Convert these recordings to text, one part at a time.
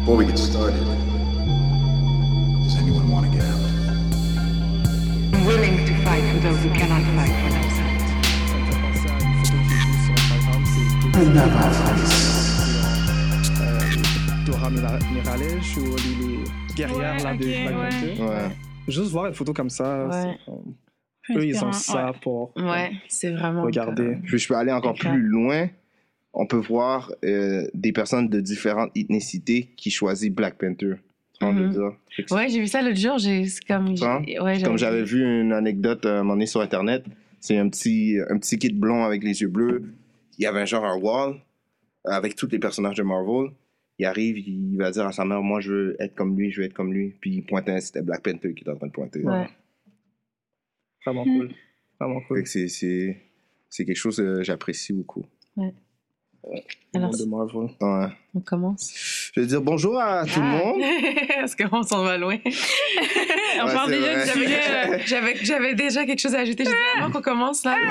Before we get started, does anyone want to get out? I'm willing to fight for those who cannot fight for themselves. Dora Miralej ou les guerrières là, de Black Panther. Ouais. Juste voir une photo comme ça, Ouais. c'est comme... eux, ils ont ça pour Ouais, c'est vraiment. regarder. Puis je peux aller encore D'accord. plus loin. On peut voir des personnes de différentes ethnicités qui choisissent Black Panther. Tu vois, je veux dire. Fait que Ouais, j'ai vu ça l'autre jour. C'est comme. Ça? Ouais, Comme j'avais vu une anecdote à un moment donné sur Internet, c'est un petit kid blond avec les yeux bleus. Il y avait genre un wall avec tous les personnages de Marvel. Il arrive, il va dire à sa mère, moi je veux être comme lui, je veux être comme lui. Puis il pointait, c'était Black Panther qui était en train de pointer. Ouais. Vraiment cool. Vraiment Fait cool. que c'est quelque chose que j'apprécie beaucoup. Le Alors, monde de Marvel. Ouais. on commence. Je veux dire bonjour à tout le monde. Est-ce qu'on s'en va loin? On parle c'est déjà vrai. j'avais déjà quelque chose à ajouter. J'ai dit, avant qu'on commence là.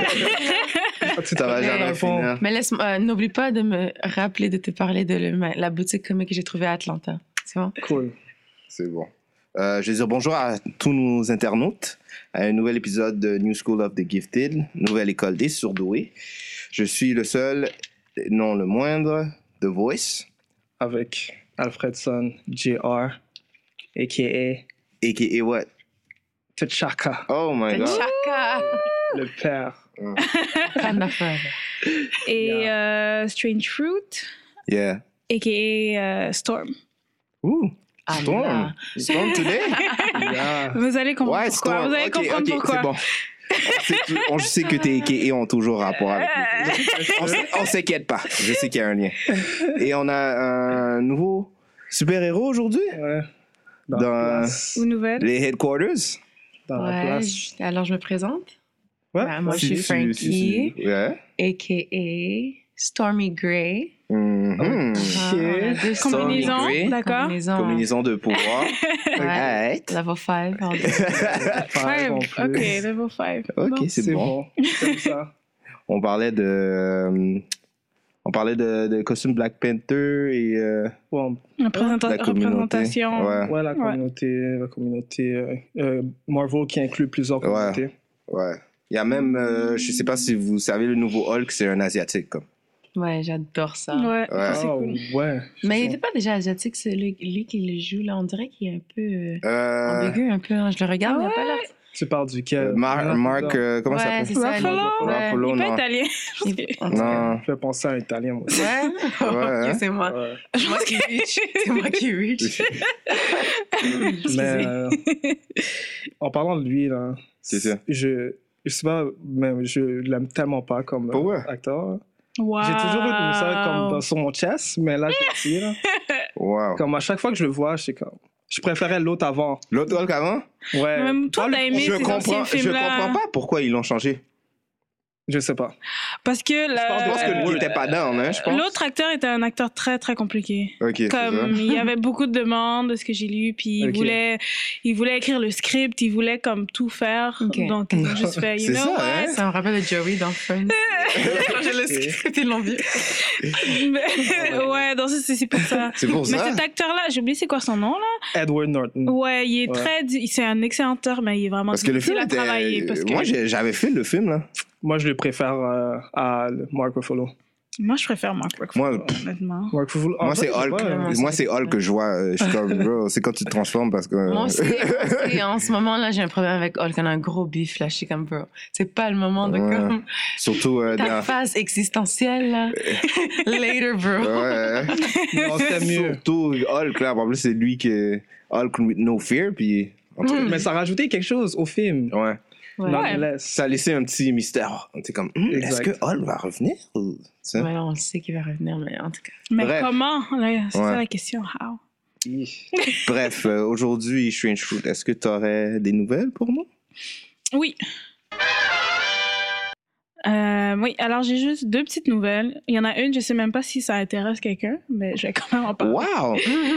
Ça va jamais finir. Mais n'oublie pas de me rappeler de te parler de la boutique comique que j'ai trouvée à Atlanta. C'est bon? Cool. C'est bon. Je veux dire bonjour à tous nos internautes à un nouvel épisode de New School of the Gifted, nouvelle école des surdoués. Je suis le seul, non le moindre, The Voice, Avec Alfredson, JR, a.k.a. a.k.a. what? T'Chaka, Oh my God. Chaka! le père. Fan d'affaires. Et Strange Fruit, Yeah. a.k.a. Storm. Ouh, Ah Storm. là. Storm today? Yeah. Vous allez comprendre Ouais, pourquoi. Storm. Vous allez Ok, comprendre ok, pourquoi. c'est bon. On sait que tes a.k.a. ont toujours rapport avec nous. On s'inquiète pas. Je sais qu'il y a un lien. Et on a un nouveau super-héros aujourd'hui Ouais. Dans dans la place. Ou nouvelle. les headquarters. Dans la Ouais, place. alors je me présente. Ouais. Ouais, moi, je Si, suis Frankie, si. Ouais. a.k.a. Stormy Grey. Mhm. Ah, on a deux Stormy Combinaison, Grey. d'accord. Combinaison. Combinaison de pouvoir. Ouais. Right. Level 5. Five en Five. plus. Ok, level 5. Ok, c'est C'est bon. bon. Comme ça. On parlait de costume Black Panther et Bon, la communauté. Représentation. Ouais. ouais, la communauté Marvel qui inclut plusieurs communautés. Ouais. Il y a même, je sais pas si vous savez, le nouveau Hulk, c'est un asiatique comme. Ouais, j'adore ça. Ouais, Ouais. c'est cool. Ouais. Mais il n'était pas déjà asiatique, c'est lui qui le joue, là. On dirait qu'il est un peu ambigu, un peu. Hein. Je le regarde, mais il n'a pas l'air. Tu parles duquel? Mark, comment ça Ouais, s'appelle? c'est ça. Ruffalo? Ouais. Ruffalo, Il est pas non. italien. En tout cas. Non. Ça fait penser à un italien, moi. Ouais? Ouais. Ok, c'est moi. Ouais. C'est moi qui reach. C'est moi qui reach. Mais en parlant de lui, là, C'est ça. je sais pas, mais je l'aime tellement pas comme Pourquoi? acteur. Wow. J'ai toujours eu ça comme sur mon chest, mais là, je le dis, là. Wow. Comme à chaque fois que je le vois, je suis comme... Je préférais l'autre avant. L'autre Hulk avant? Ouais. Même toi, Pas le- t'as aimé Je ces anciens comprends films-là. pas pourquoi ils l'ont changé. Je sais pas. Parce que Je pense que lui, il était pas down, hein, je pense. l'autre acteur était un acteur très, très compliqué. Ok, c'est ça. Comme il y avait beaucoup de demandes de ce que j'ai lu, puis Ok. il voulait écrire le script, il voulait comme tout faire. Ok. Donc ils ont juste fait, you C'est know ça, what? hein? Ça me rappelle de Joey dans Friends. Quand j'ai le script, ils l'ont vu. Ouais, donc c'est pour ça. C'est pour Mais ça. cet acteur-là, j'ai oublié c'est quoi son nom là. Edward Norton. Ouais, il est Ouais. c'est un excellent acteur, mais il est vraiment Parce que le difficile film à travailler. était... Parce que Moi, j'avais fait le film, là. Moi, je le préfère à Mark Ruffalo. moi, je préfère Mark Ruffalo, Moi, honnêtement. Mark Ruffalo. en Moi, fait, c'est je sais Hulk. pas, Moi, Moi, c'est Hulk que je vois. Je suis comme, bro, c'est quand tu te transformes parce que... Moi aussi, en ce moment-là, j'ai un problème avec Hulk. On a un gros bif là. Je suis comme, bro, c'est pas le moment de Ouais. comme. Surtout Ta dans... phase existentielle là. Later, bro. Ouais. Non, c'était mieux. Surtout Hulk, là. En plus, c'est lui qui est Hulk with no fear, puis... en tout cas, Mais ça a rajouté quelque chose au film. ouais. Ouais. Nonetheless. Ça a laissé un petit mystère. C'est comme, est-ce Exact. que Hulk va revenir? Ou... tu sais? Ouais, là, on le sait qu'il va revenir, mais en tout cas. Mais Bref. comment là, c'est Ouais. ça la question. How? Bref, aujourd'hui, Strange Fruit, est-ce que tu aurais des nouvelles pour nous? Oui. Oui, alors j'ai juste deux petites nouvelles. Il y en a une, je sais même pas si ça intéresse quelqu'un, mais je vais quand même en parler. Wow!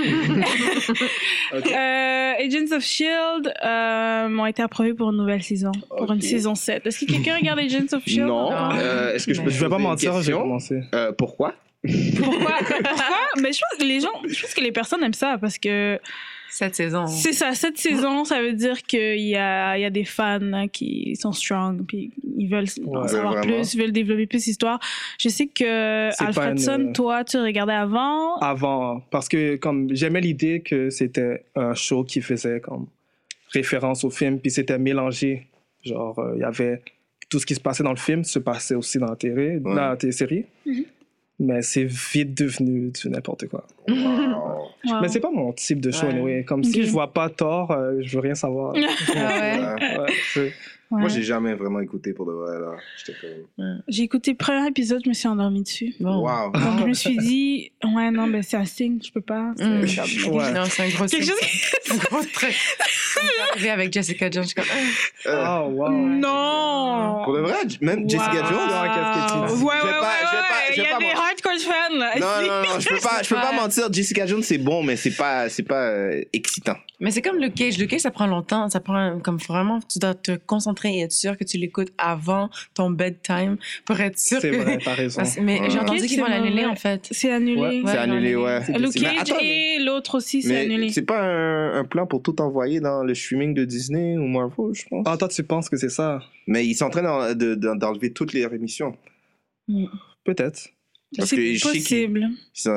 Agents of S.H.I.E.L.D. ont été approuvés pour une nouvelle saison, pour une Ok. saison 7. Est-ce que quelqu'un regarde Agents of S.H.I.E.L.D. Non. Non. Est-ce que je peux Mais- te Je vais pas poser une mentir, j'ai question? commencé. Pourquoi? Pourquoi? Mais je pense que les personnes aiment ça parce que Cette saison. c'est ça, cette saison, ça veut dire qu'il y a des fans hein, qui sont strong, puis ils veulent en savoir Vraiment. plus, ils veulent développer plus d'histoires. Je sais que C'est pas Alfredson, une- toi, tu regardais avant. Avant, parce que comme j'aimais l'idée que c'était un show qui faisait comme référence au film, puis c'était mélangé. Genre, il y avait tout ce qui se passait dans le film se passait aussi dans la télésérie. Mais c'est vite devenu du n'importe quoi. Wow. Wow. Mais c'est pas mon type de show, Ouais. anyway. Comme Ok. si je vois pas Thor, je veux rien savoir. Ah ouais? Ouais, c'est- Ouais. Moi, j'ai jamais vraiment écouté pour de vrai, là. J'étais comme... J'ai écouté le premier épisode, je me suis endormie dessus. Bon. Wow. Donc je me suis dit, ouais, non, ben c'est un signe, je peux pas. C'est Mm. comme- Ouais. Non, c'est un gros Quelque signe. chose Un gros truc. Arrivé avec Jessica Jones, je suis comme... Oh, wow. Non! Pour de vrai, même Jessica Wow. Jones? qu'est-ce que tu dis? Ouais, Je vais ouais, pas- je vais pas- ouais, je il vais y a pas des mentir. hardcore fans, là. Non, je peux pas mentir. Jessica Jones, c'est bon, mais c'est pas excitant. Mais c'est comme Luke Cage. Luke Cage, ça prend longtemps. Ça prend comme vraiment, tu dois te concentrer et être sûr que tu l'écoutes avant ton bedtime pour être sûr C'est que... vrai, t'as raison. Mais j'ai Ouais. entendu Luke qu'ils vont Cage, c'est l'annuler, mauvais. en fait. C'est annulé. Ouais. C'est annulé, ouais. Luke Mais Cage attends, et l'autre aussi, c'est mais annulé. c'est pas un plan pour tout envoyer dans le streaming de Disney ou Marvel, je pense. Ah, toi, tu penses que c'est ça? Mais ils sont en train d'enlever toutes les émissions. Peut-être. Parce C'est que je sais possible.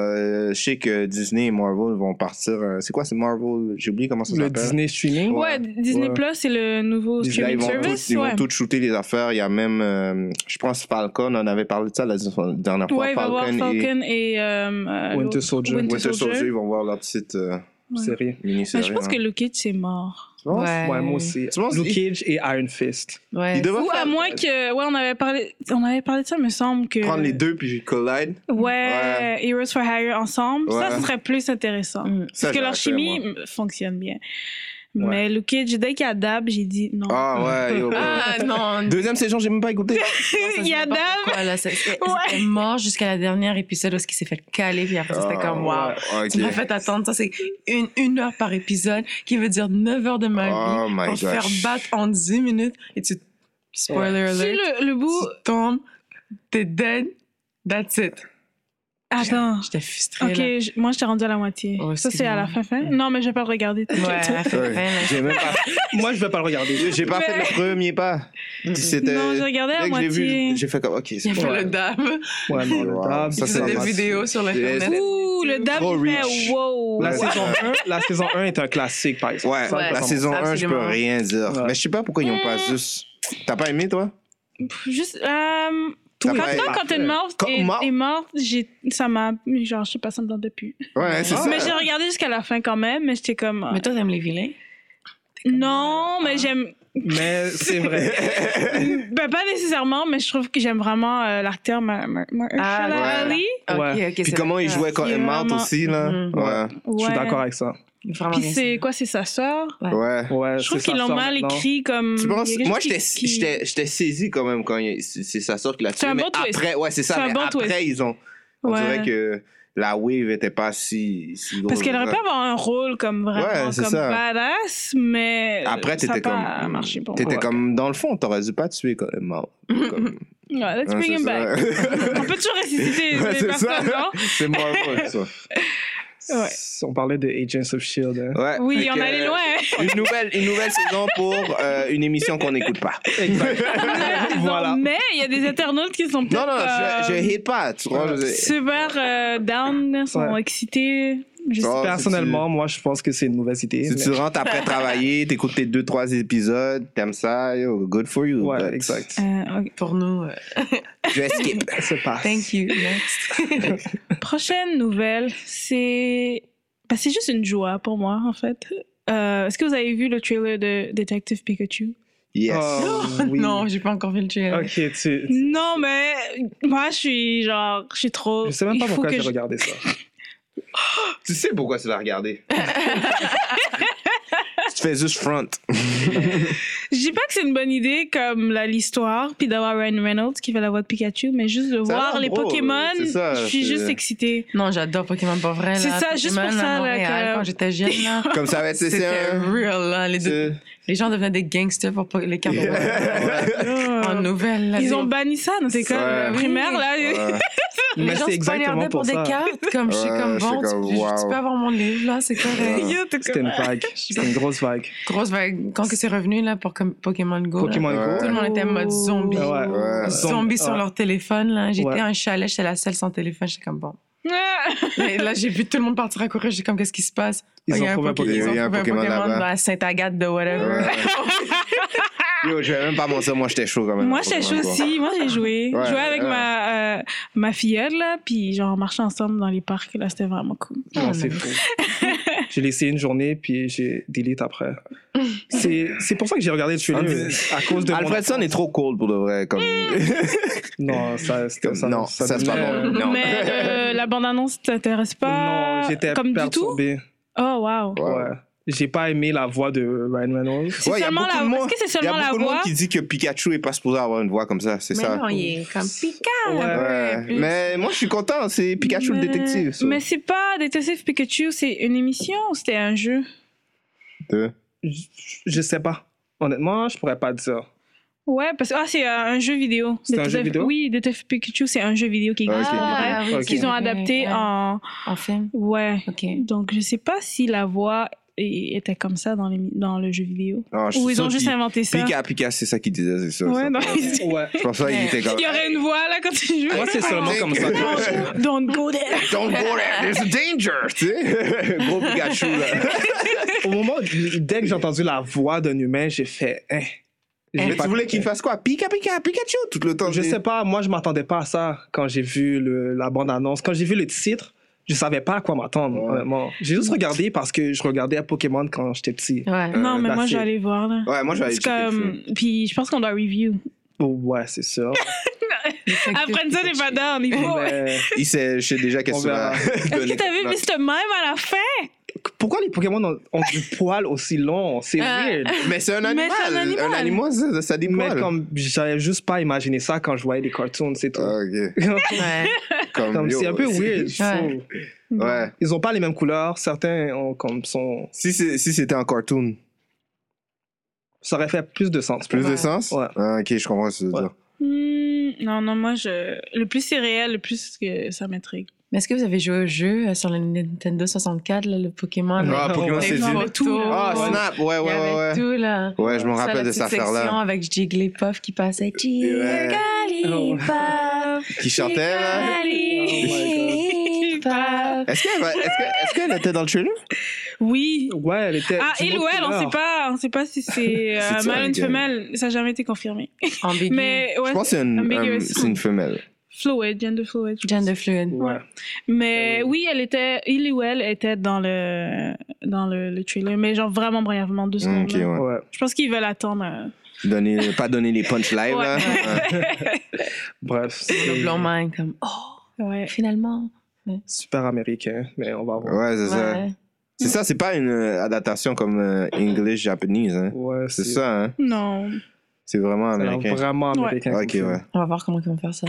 je sais que Disney et Marvel vont partir. C'est quoi, c'est Marvel? J'ai oublié comment ça Le s'appelle. Disney streaming? Ouais, Disney Ouais. Plus, c'est le nouveau Là, ils streaming vont, service. tous, ils ouais. vont tous shooter les affaires. Il y a même, je pense, Falcon, on avait parlé de ça la dernière fois. Ouais, il va voir Falcon et Winter l'autre- Soldier. Winter Soldier, ils vont voir leur petite Ouais. Série. Mais mini-série. je pense hein. que Luke Cage, c'est mort. Tu penses? Ouais. Ouais, moi aussi. Tu penses- Luke Cage et Iron Fist. Ouais. Ils devraient Ou à faire- moins que... Ouais, on avait parlé de ça, il me semble que... prendre les deux puis collide. Ouais, Heroes for Hire ensemble. Ça, Ouais. ce serait plus intéressant. Mm. Ça, Parce que leur j'aurais fait, chimie moi. fonctionne bien. Ouais. Mais Luke Cage, dès qu'il y a Dab, j'ai dit non. Ah ouais, yo. Ah non. Deuxième saison, j'ai même pas écouté. Il y a Dab. C'était Ouais. mort jusqu'à la dernière épisode où il s'est fait caler, puis après, c'était comme, wow. Ok. Tu m'as fait attendre. Ça, c'est une heure par épisode, qui veut dire 9 heures de ma vie. Oh my pour te faire gosh. battre en 10 minutes, et tu... Spoiler Si alert. le bout... Tu tombes, t'es dead, that's it. Attends. J'étais frustrée, Ok, là. moi, je t'ai rendu à la moitié. Oh, ça, c'est à la excuse-moi. fin. Non, mais je vais pas le regarder. Ouais, à la fin, Ouais. là. J'ai même pas, Moi, je vais pas le regarder. j'ai pas Mais- fait le premier pas. C'était. Non, j'ai regardé à dès que j'ai moitié. vu, j'ai fait comme, ok, c'est Il a fait Ouais. le dab. Ouais, non, le Wow. Dab, Ça, Il c'est faisait la des vidéos sur l'Internet. Ouh, le Dab, Trop il fait rich. wow. La Ouais. saison 1 est un classique, par exemple. Ouais, Ça, Ouais. la ça, saison 1, je peux Absolument. rien dire. Ouais. Mais je sais pas pourquoi ils ont pas juste. T'as pas aimé, toi? Juste, Tout T'as quand pas- toi, quand t'es morte Quand- mort- est morte, ça m'a, genre, je sais pas, ça me tentait plus. Ouais, c'est ça. Mais j'ai regardé jusqu'à la fin quand même, mais j'étais comme, Mais toi, t'aimes les vilains? non, mais j'aime, Mais c'est vrai. ben, pas nécessairement, mais je trouve que j'aime vraiment l'acteur Mahershala ouais. Ali. Ouais. Ok, Puis c'est comment il jouait quand Il est Emma vraiment- aussi, là. Mhm. Ouais. Je suis d'accord avec ça. Vraiment Puis bien c'est quoi, c'est sa sœur? Ouais. Ouais, Je trouve c'est qu'ils sa l'ont sœur mal maintenant. écrit comme. Tu penses? il y a quelque Moi, chose qui- j'étais saisi quand même quand c'est sa soeur qui l'a tué. C'est un mais bon twist. après, ouais, c'est ça. C'est un Mais bon après, twist. ils ont. On Ouais. dirait que la wave était pas si grosse. Parce qu'elle aurait pu avoir un rôle comme vraiment Ouais, c'est comme ça. badass, mais Après, ça a t'étais pas comme. marché pour T'étais moi. comme. Dans le fond, t'aurais dû pas tuer quand Emma. Comme- Ouais, let's Ouais, bring him c'est back. ça. On peut toujours ressusciter Ouais, les c'est personnes, ça. non? C'est moi, ça. Ouais. On parlait de Agents of S.H.I.E.L.D. hein. Ouais. Oui, Fait on que, allait loin. Une nouvelle saison pour une émission qu'on n'écoute pas. Exact. Voilà. Mais il y a des internautes qui sont Non, peut-être non, je hate pas. Tu vois, super down, sont Ouais. excités. Je sais Oh, pas. Personnellement, moi, je pense que c'est une mauvaise idée. Si mais- tu rentres après travailler, t'écoutes tes 2-3 épisodes, t'aimes ça, yo, good for you. Ouais, but exact. Ok. Pour nous, Je vais skip. C'est pas. thank you. Next. Prochaine nouvelle, c'est. Ben, c'est juste une joie pour moi, en fait. Est-ce que vous avez vu le trailer de Detective Pikachu? Yes. Oh, oui. Non, j'ai pas encore vu le trailer. Ok, tu. Non, mais moi, je suis trop. Je sais même il pas faut pourquoi que j'ai je- regardé ça. Tu sais pourquoi tu l'as regardé. Tu te fais juste front. Je dis pas que c'est une bonne idée comme l'histoire, puis d'avoir Ryan Reynolds qui fait la voix de Pikachu, mais juste de Ça a voir l'air les drôle, Pokémon, c'est ça, je suis c'est- juste excitée. Non, j'adore Pokémon, pas vrai. C'est là. ça, juste Pokémon pour ça, à là, Montréal, que- quand j'étais jeune, là. Comme ça va être, c'est C'était un. real, là. Les gens devenaient des gangsters pour pas les cartes en nouvelles. là. Ils ont banni ça dans tes écoles Ouais. primaires, là. Ouais. Mais Les gens c'est se exactement poignardaient pour pour des ça. cartes. Comme je suis Ouais, comme, j'étais bon, comme, tu wow. peux avoir mon livre, là, c'est correct. Yo, t'es C'était une vague. C'était une grosse vague. Grosse vague. Quand que c'est revenu, là, pour comme Pokémon Go. Pokémon là, Go. tout le monde était en mode zombie. Ouais. Ouais. Zombie sur Ouais. leur téléphone, là. J'étais Ouais. à un chalet, j'étais la seule sans téléphone. J'étais comme, bon. comme... Et là, j'ai vu tout le monde partir à courir. J'étais comme, qu'est-ce qui se passe? Ils Il y ont a trouvé un Poké- Pokémon. ils ont Il y a un trouvé Pokémon là-bas. à Sainte-Agathe de whatever. Ouais. Yo, je vais même pas mentir, moi j'étais chaud quand même. Moi, j'étais chaud Pokémon, quoi. aussi. Moi, j'ai joué. Ouais, Je jouais avec ouais. ma filleule, là, puis genre, on marchait ensemble dans les parcs. Là, c'était vraiment cool. Non, c'est fou. J'ai laissé une journée, puis j'ai delete après. C'est pour ça que j'ai regardé le trailer, à cause de Alfredson est trop cold pour de vrai. Comme... Non, ça c'est c'est pas bon. Non. Mais la bande-annonce t'intéresse pas Non, j'étais comme du tout? perturbé. Oh, wow. Ouais. J'ai pas aimé la voix de Ryan Reynolds. C'est Ouais, y a seulement beaucoup la de voix. monde- Est-ce que c'est Il y a seulement la beaucoup de monde voix? qui dit que Pikachu est pas supposé avoir une voix comme ça, c'est Mais ça. non, il est comme Pika. Ouais. Mais moi je suis content, c'est Pikachu le détective. ça. Mais c'est pas Détective Pikachu, c'est une émission ou c'était un jeu? Je sais pas. Honnêtement, je pourrais pas dire. Ouais, parce que c'est un jeu vidéo. C'est un jeu vidéo? Oui, Détective Pikachu, c'est un jeu vidéo qui Ah, existe. ok. pour vrai, oui, Ok. qu'ils ont ouais, adapté ouais. en... film. Ouais. OK. Donc, je sais pas si la voix était comme ça dans le jeu vidéo. Ah, je Ou suis ils sûr ont juste qu'il- inventé ça. Pika, c'est ça qu'il disait, c'est ça. Ouais, ça. non, Ouais. Je pense qu'il était comme. il y aurait une voix là quand tu joues. Moi, c'est seulement comme ça. que- Don't go there. Don't go there, there's a danger, tu sais. Gros Pikachu, là. Au moment, dès que j'ai entendu la voix d'un humain, j'ai fait. Mais tu voulais qu'il fasse quoi? Pikachu, tout le temps. Je sais pas, moi, je m'attendais pas à ça quand j'ai vu la bande-annonce. Quand j'ai vu le titre, je savais pas à quoi m'attendre, honnêtement. J'ai juste regardé parce que je regardais à Pokémon quand j'étais petit. Ouais. Non, mais moi, that's je vais it. aller voir là. Ouais, moi je vais aller C'est checker le comme... film. Puis je pense qu'on doit review. Oh, ouais, c'est sûr. Après ça, t'es pas down. Il faut... Mais Je sais déjà qu'est-ce On que tu vas verra. Est-ce donner que t'as vu comme Mr. Mime à la fin? pourquoi les Pokémon ont du poil aussi long? C'est weird. note. Mais c'est un Mais animal. c'est un animal. Un animal, ça a des Mais poils. comme j'avais juste pas imaginé ça quand je voyais les cartoons, c'est tout. Ah, ok. Ouais. Comme yo, c'est un peu weird. Ouais. Ouais. Ils ont pas les mêmes couleurs. Certains ont comme sont. Si c'était en cartoon, Ça aurait fait plus de sens. plus Ouais. de sens? Ouais. Ah, ok, je comprends ce que tu veux Ouais. dire. Non, moi, le plus c'est réel, le plus que ça m'intrigue. Mais est-ce que vous avez joué au jeu sur le Nintendo 64, là, le Pokémon? Ah, Pokémon, Avec c'est des du- photos. Ah, Snap, ouais, Il y avait ouais. tout, là. Ouais, je me Ça, rappelle la de cette petite section affaire-là. avec Jigglypuff qui passait. Jigglypuff. Qui chantait, là. Jigglypuff. Est-ce qu'elle était dans le trailer? Oui. Ouais, elle était. Ah, d'une il ou autre elle, on couleur. sait pas si c'est C'est ça, mâle ou une ok. femelle. Ça n'a jamais été confirmé. Ambigu. Mais ouais, Je pense que ambiguous. c'est une femelle. Fluid, gender fluid. je pense. Gender fluid. Ouais. Mais oui, il ou elle était dans le trailer, mais genre vraiment brièvement, 2 secondes. Ok, là. ouais. Ouais. Je pense qu'ils veulent attendre. Pas donner les punch live, Ouais. là. Ouais. Bref, Le c'est blanc mind, comme, oh, Ouais. finalement. super américain, mais on va voir. Ouais, c'est ça. Ouais. C'est ça, c'est pas une adaptation comme English japonese, hein. Ouais, C'est ça, hein. Non. C'est vraiment Ça a l'air américain. vraiment américain. Ok, ouais. On va voir comment ils vont faire ça.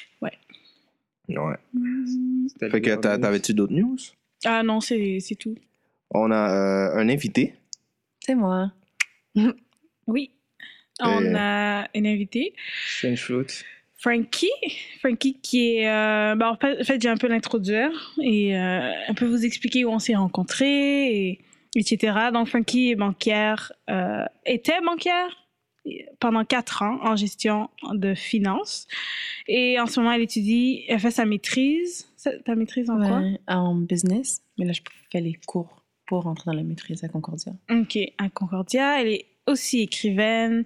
Ouais. Fait que t'avais-tu d'autres news? Ah non, c'est tout. On a un invité. C'est moi. Oui. On a une invitée, Strange Fruit. Frankie. Frankie qui est... en fait, j'ai un peu l'introduire et un peu vous expliquer où on s'est rencontrés, etc. Donc, Frankie est banquière, était banquière pendant 4 ans en gestion de finances. Et en ce moment, elle fait sa maîtrise. Ta maîtrise en quoi? Ouais, en business. Mais là, je fais les cours pour rentrer dans la maîtrise à Concordia. OK, à Concordia. Elle est aussi écrivaine.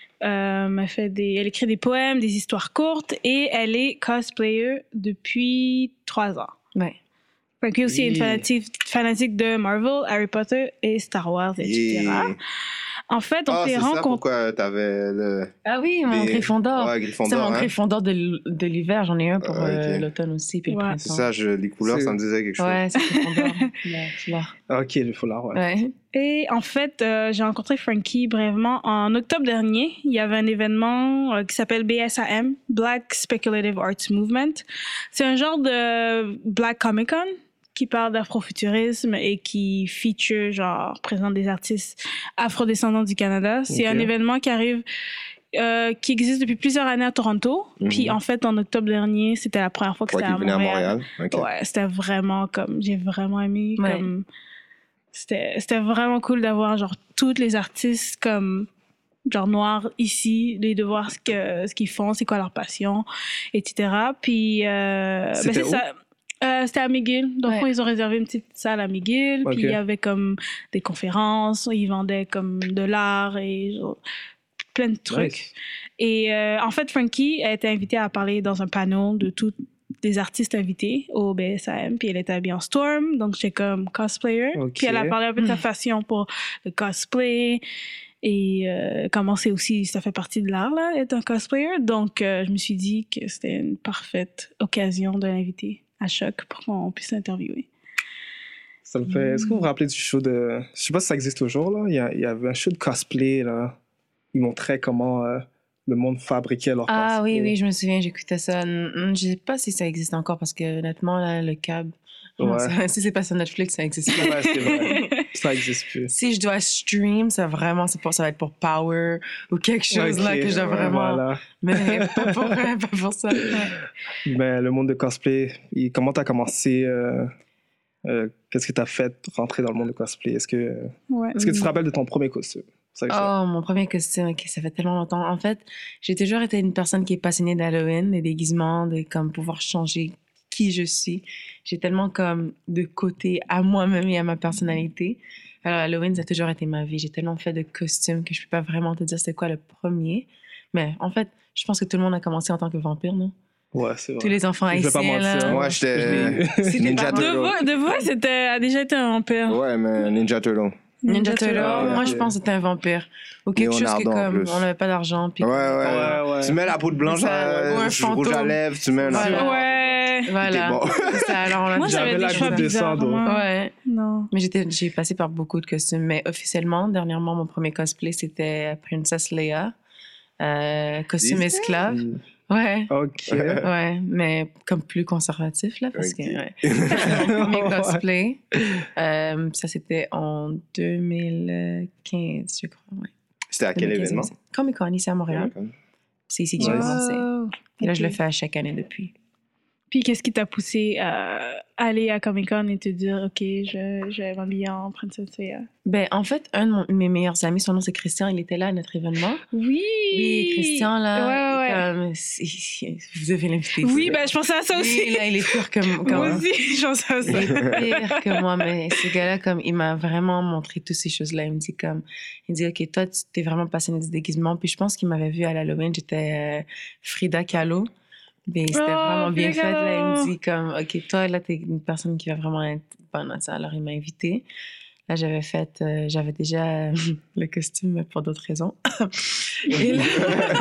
Elle écrit des poèmes, des histoires courtes et elle est cosplayer depuis 3 ans. Ouais. Frankie aussi est une Yeah. fanatique de Marvel, Harry Potter et Star Wars, etc. Yeah. En fait, on Ah, s'est c'est ça rencontrés. pourquoi t'avais le... Ah oui, mon Gryffondor. Ouais, C'est Gryffondor, mon hein. Gryffondor de l'hiver. J'en ai un pour Ah, ok. l'automne aussi, puis Ouais. le C'est printemps. ça, les couleurs, C'est- ça me disait quelque chose. Ouais, c'est Gryffondor. Le foulard. Ok, le foulard, ouais. Ouais. Et en fait, j'ai rencontré Frankie brièvement en octobre dernier. Il y avait un événement qui s'appelle BSAM, Black Speculative Arts Movement. C'est un genre de Black Comic Con qui parle d'afrofuturisme et qui feature, présente des artistes afrodescendants du Canada. C'est Ok. un événement qui arrive qui existe depuis plusieurs années à Toronto. Puis en fait, en octobre dernier, c'était la première fois que Ouais, c'était qui à venait Montréal. à Montréal. OK. Ouais, c'était vraiment comme... J'ai vraiment aimé. Ouais. Comme, c'était vraiment cool d'avoir genre tous les artistes comme genre noirs ici, de voir ce qu'ils font, c'est quoi leur passion, etc. Puis C'était c'est où? ça. C'était à McGill. Donc, Ouais. ils ont réservé une petite salle à McGill. Ok. Puis, il y avait comme des conférences. Ils vendaient comme de l'art et genre, plein de trucs. Nice. Et en fait, Frankie a été invitée à parler dans un panel de tous les artistes invités au BSAM. Puis, elle était habillée en Storm. Donc, j'étais comme cosplayer. Ok. Puis, elle a parlé un peu de sa passion pour le cosplay. Et comment c'est aussi, ça fait partie de l'art, là, être un cosplayer. Donc, je me suis dit que c'était une parfaite occasion de l'inviter à Choc pour qu'on puisse l'interviewer. Ça me fait... Est-ce que vous vous rappelez du show de... Je sais pas si ça existe toujours, là. Il y avait un show de cosplay, là. Ils montraient comment le monde fabriquait leur Ah cosplay. oui, je me souviens, j'écoutais ça. Je sais pas si ça existe encore parce que honnêtement, là, le câble, Ouais. si c'est pas sur Netflix, ça existe pas. Ouais, c'est vrai. Ça existe plus. Si je dois stream, ça va être pour Power ou quelque chose là Ok, que je dois ouais, vraiment. voilà. Mais pas pour ça. Ben, le monde de cosplay, comment t'as commencé qu'est-ce que t'as fait rentrer dans le monde de cosplay? Est-ce que tu te rappelles de ton premier costume? C'est ça que je- Oh, mon premier costume, ok, ça fait tellement longtemps. En fait, j'ai toujours été une personne qui est passionnée d'Halloween, des déguisements, de comme pouvoir changer qui je suis. J'ai tellement comme de côté à moi-même et à ma personnalité. Alors, Halloween, ça a toujours été ma vie. J'ai tellement fait de costumes que je peux pas vraiment te dire c'était quoi le premier. Mais en fait, je pense que tout le monde a commencé en tant que vampire, non? Ouais, c'est vrai. Tous les enfants Je vais pas haïtiens, mentir. là. Moi, j'étais C'était Ninja pas- Turtle. De voix, c'était a déjà été un vampire. Ouais, mais Ninja Turtle. Ninja Turtle, Ah, ouais, moi ok. je pense que c'était un vampire. Ou quelque chose que Leonardo, en comme plus. on n'avait pas d'argent. Puis Ouais, Ouais, ouais. Tu mets la poudre blanche, Ça, ou un rouge fantôme. à lèvres, tu mets un Voilà. affaire. Ouais. Voilà. T'es bon. C'est ça, alors on a Moi, déjà- j'avais J'avais des la choix goutte de bizarres. sang, donc. moi. Ouais. Non. Mais j'ai passé par beaucoup de costumes. Mais officiellement, dernièrement, mon premier cosplay, c'était Princess Leia. Costume Disney? esclave. Ouais. Ok. Ouais, mais comme plus conservatif, là, parce que Ok. ouais. C'était mon premier Ouais. cosplay. Ça, c'était en 2015, je crois. Ouais. C'était à quel 2015, événement? Comic-Con, ici à Montréal. C'est ici que j'ai Ouais. commencé. Wow. Et là, je le Ok. fais à chaque année depuis. Puis qu'est-ce qui t'a poussé à aller à Comic-Con et te dire, OK, je vais m'habiller en Princesse Leia? Ben, en fait, un de mes meilleurs amis, son nom c'est Christian, il était là à notre événement. Oui! Oui, Christian, là. Ouais. Vous devez l'inviter. Oui, ben je pensais à ça aussi. Oui, là, il est pire que Moi moi. aussi, je pensais à ça. Il est pire que moi, mais ce gars-là, comme, il m'a vraiment montré toutes ces choses-là. Il me dit comme, il dit, OK, toi, tu t'es vraiment passionné du déguisement. Puis je pense qu'il m'avait vu à l'Halloween, j'étais Frida Kahlo. Mais c'était Oh, vraiment bien Frida fait. Là, il me Kahlo. dit comme, OK, toi, là, t'es une personne qui va vraiment être bonne à ça. Alors, il m'a invité. Là, j'avais déjà le costume pour d'autres raisons. Et là,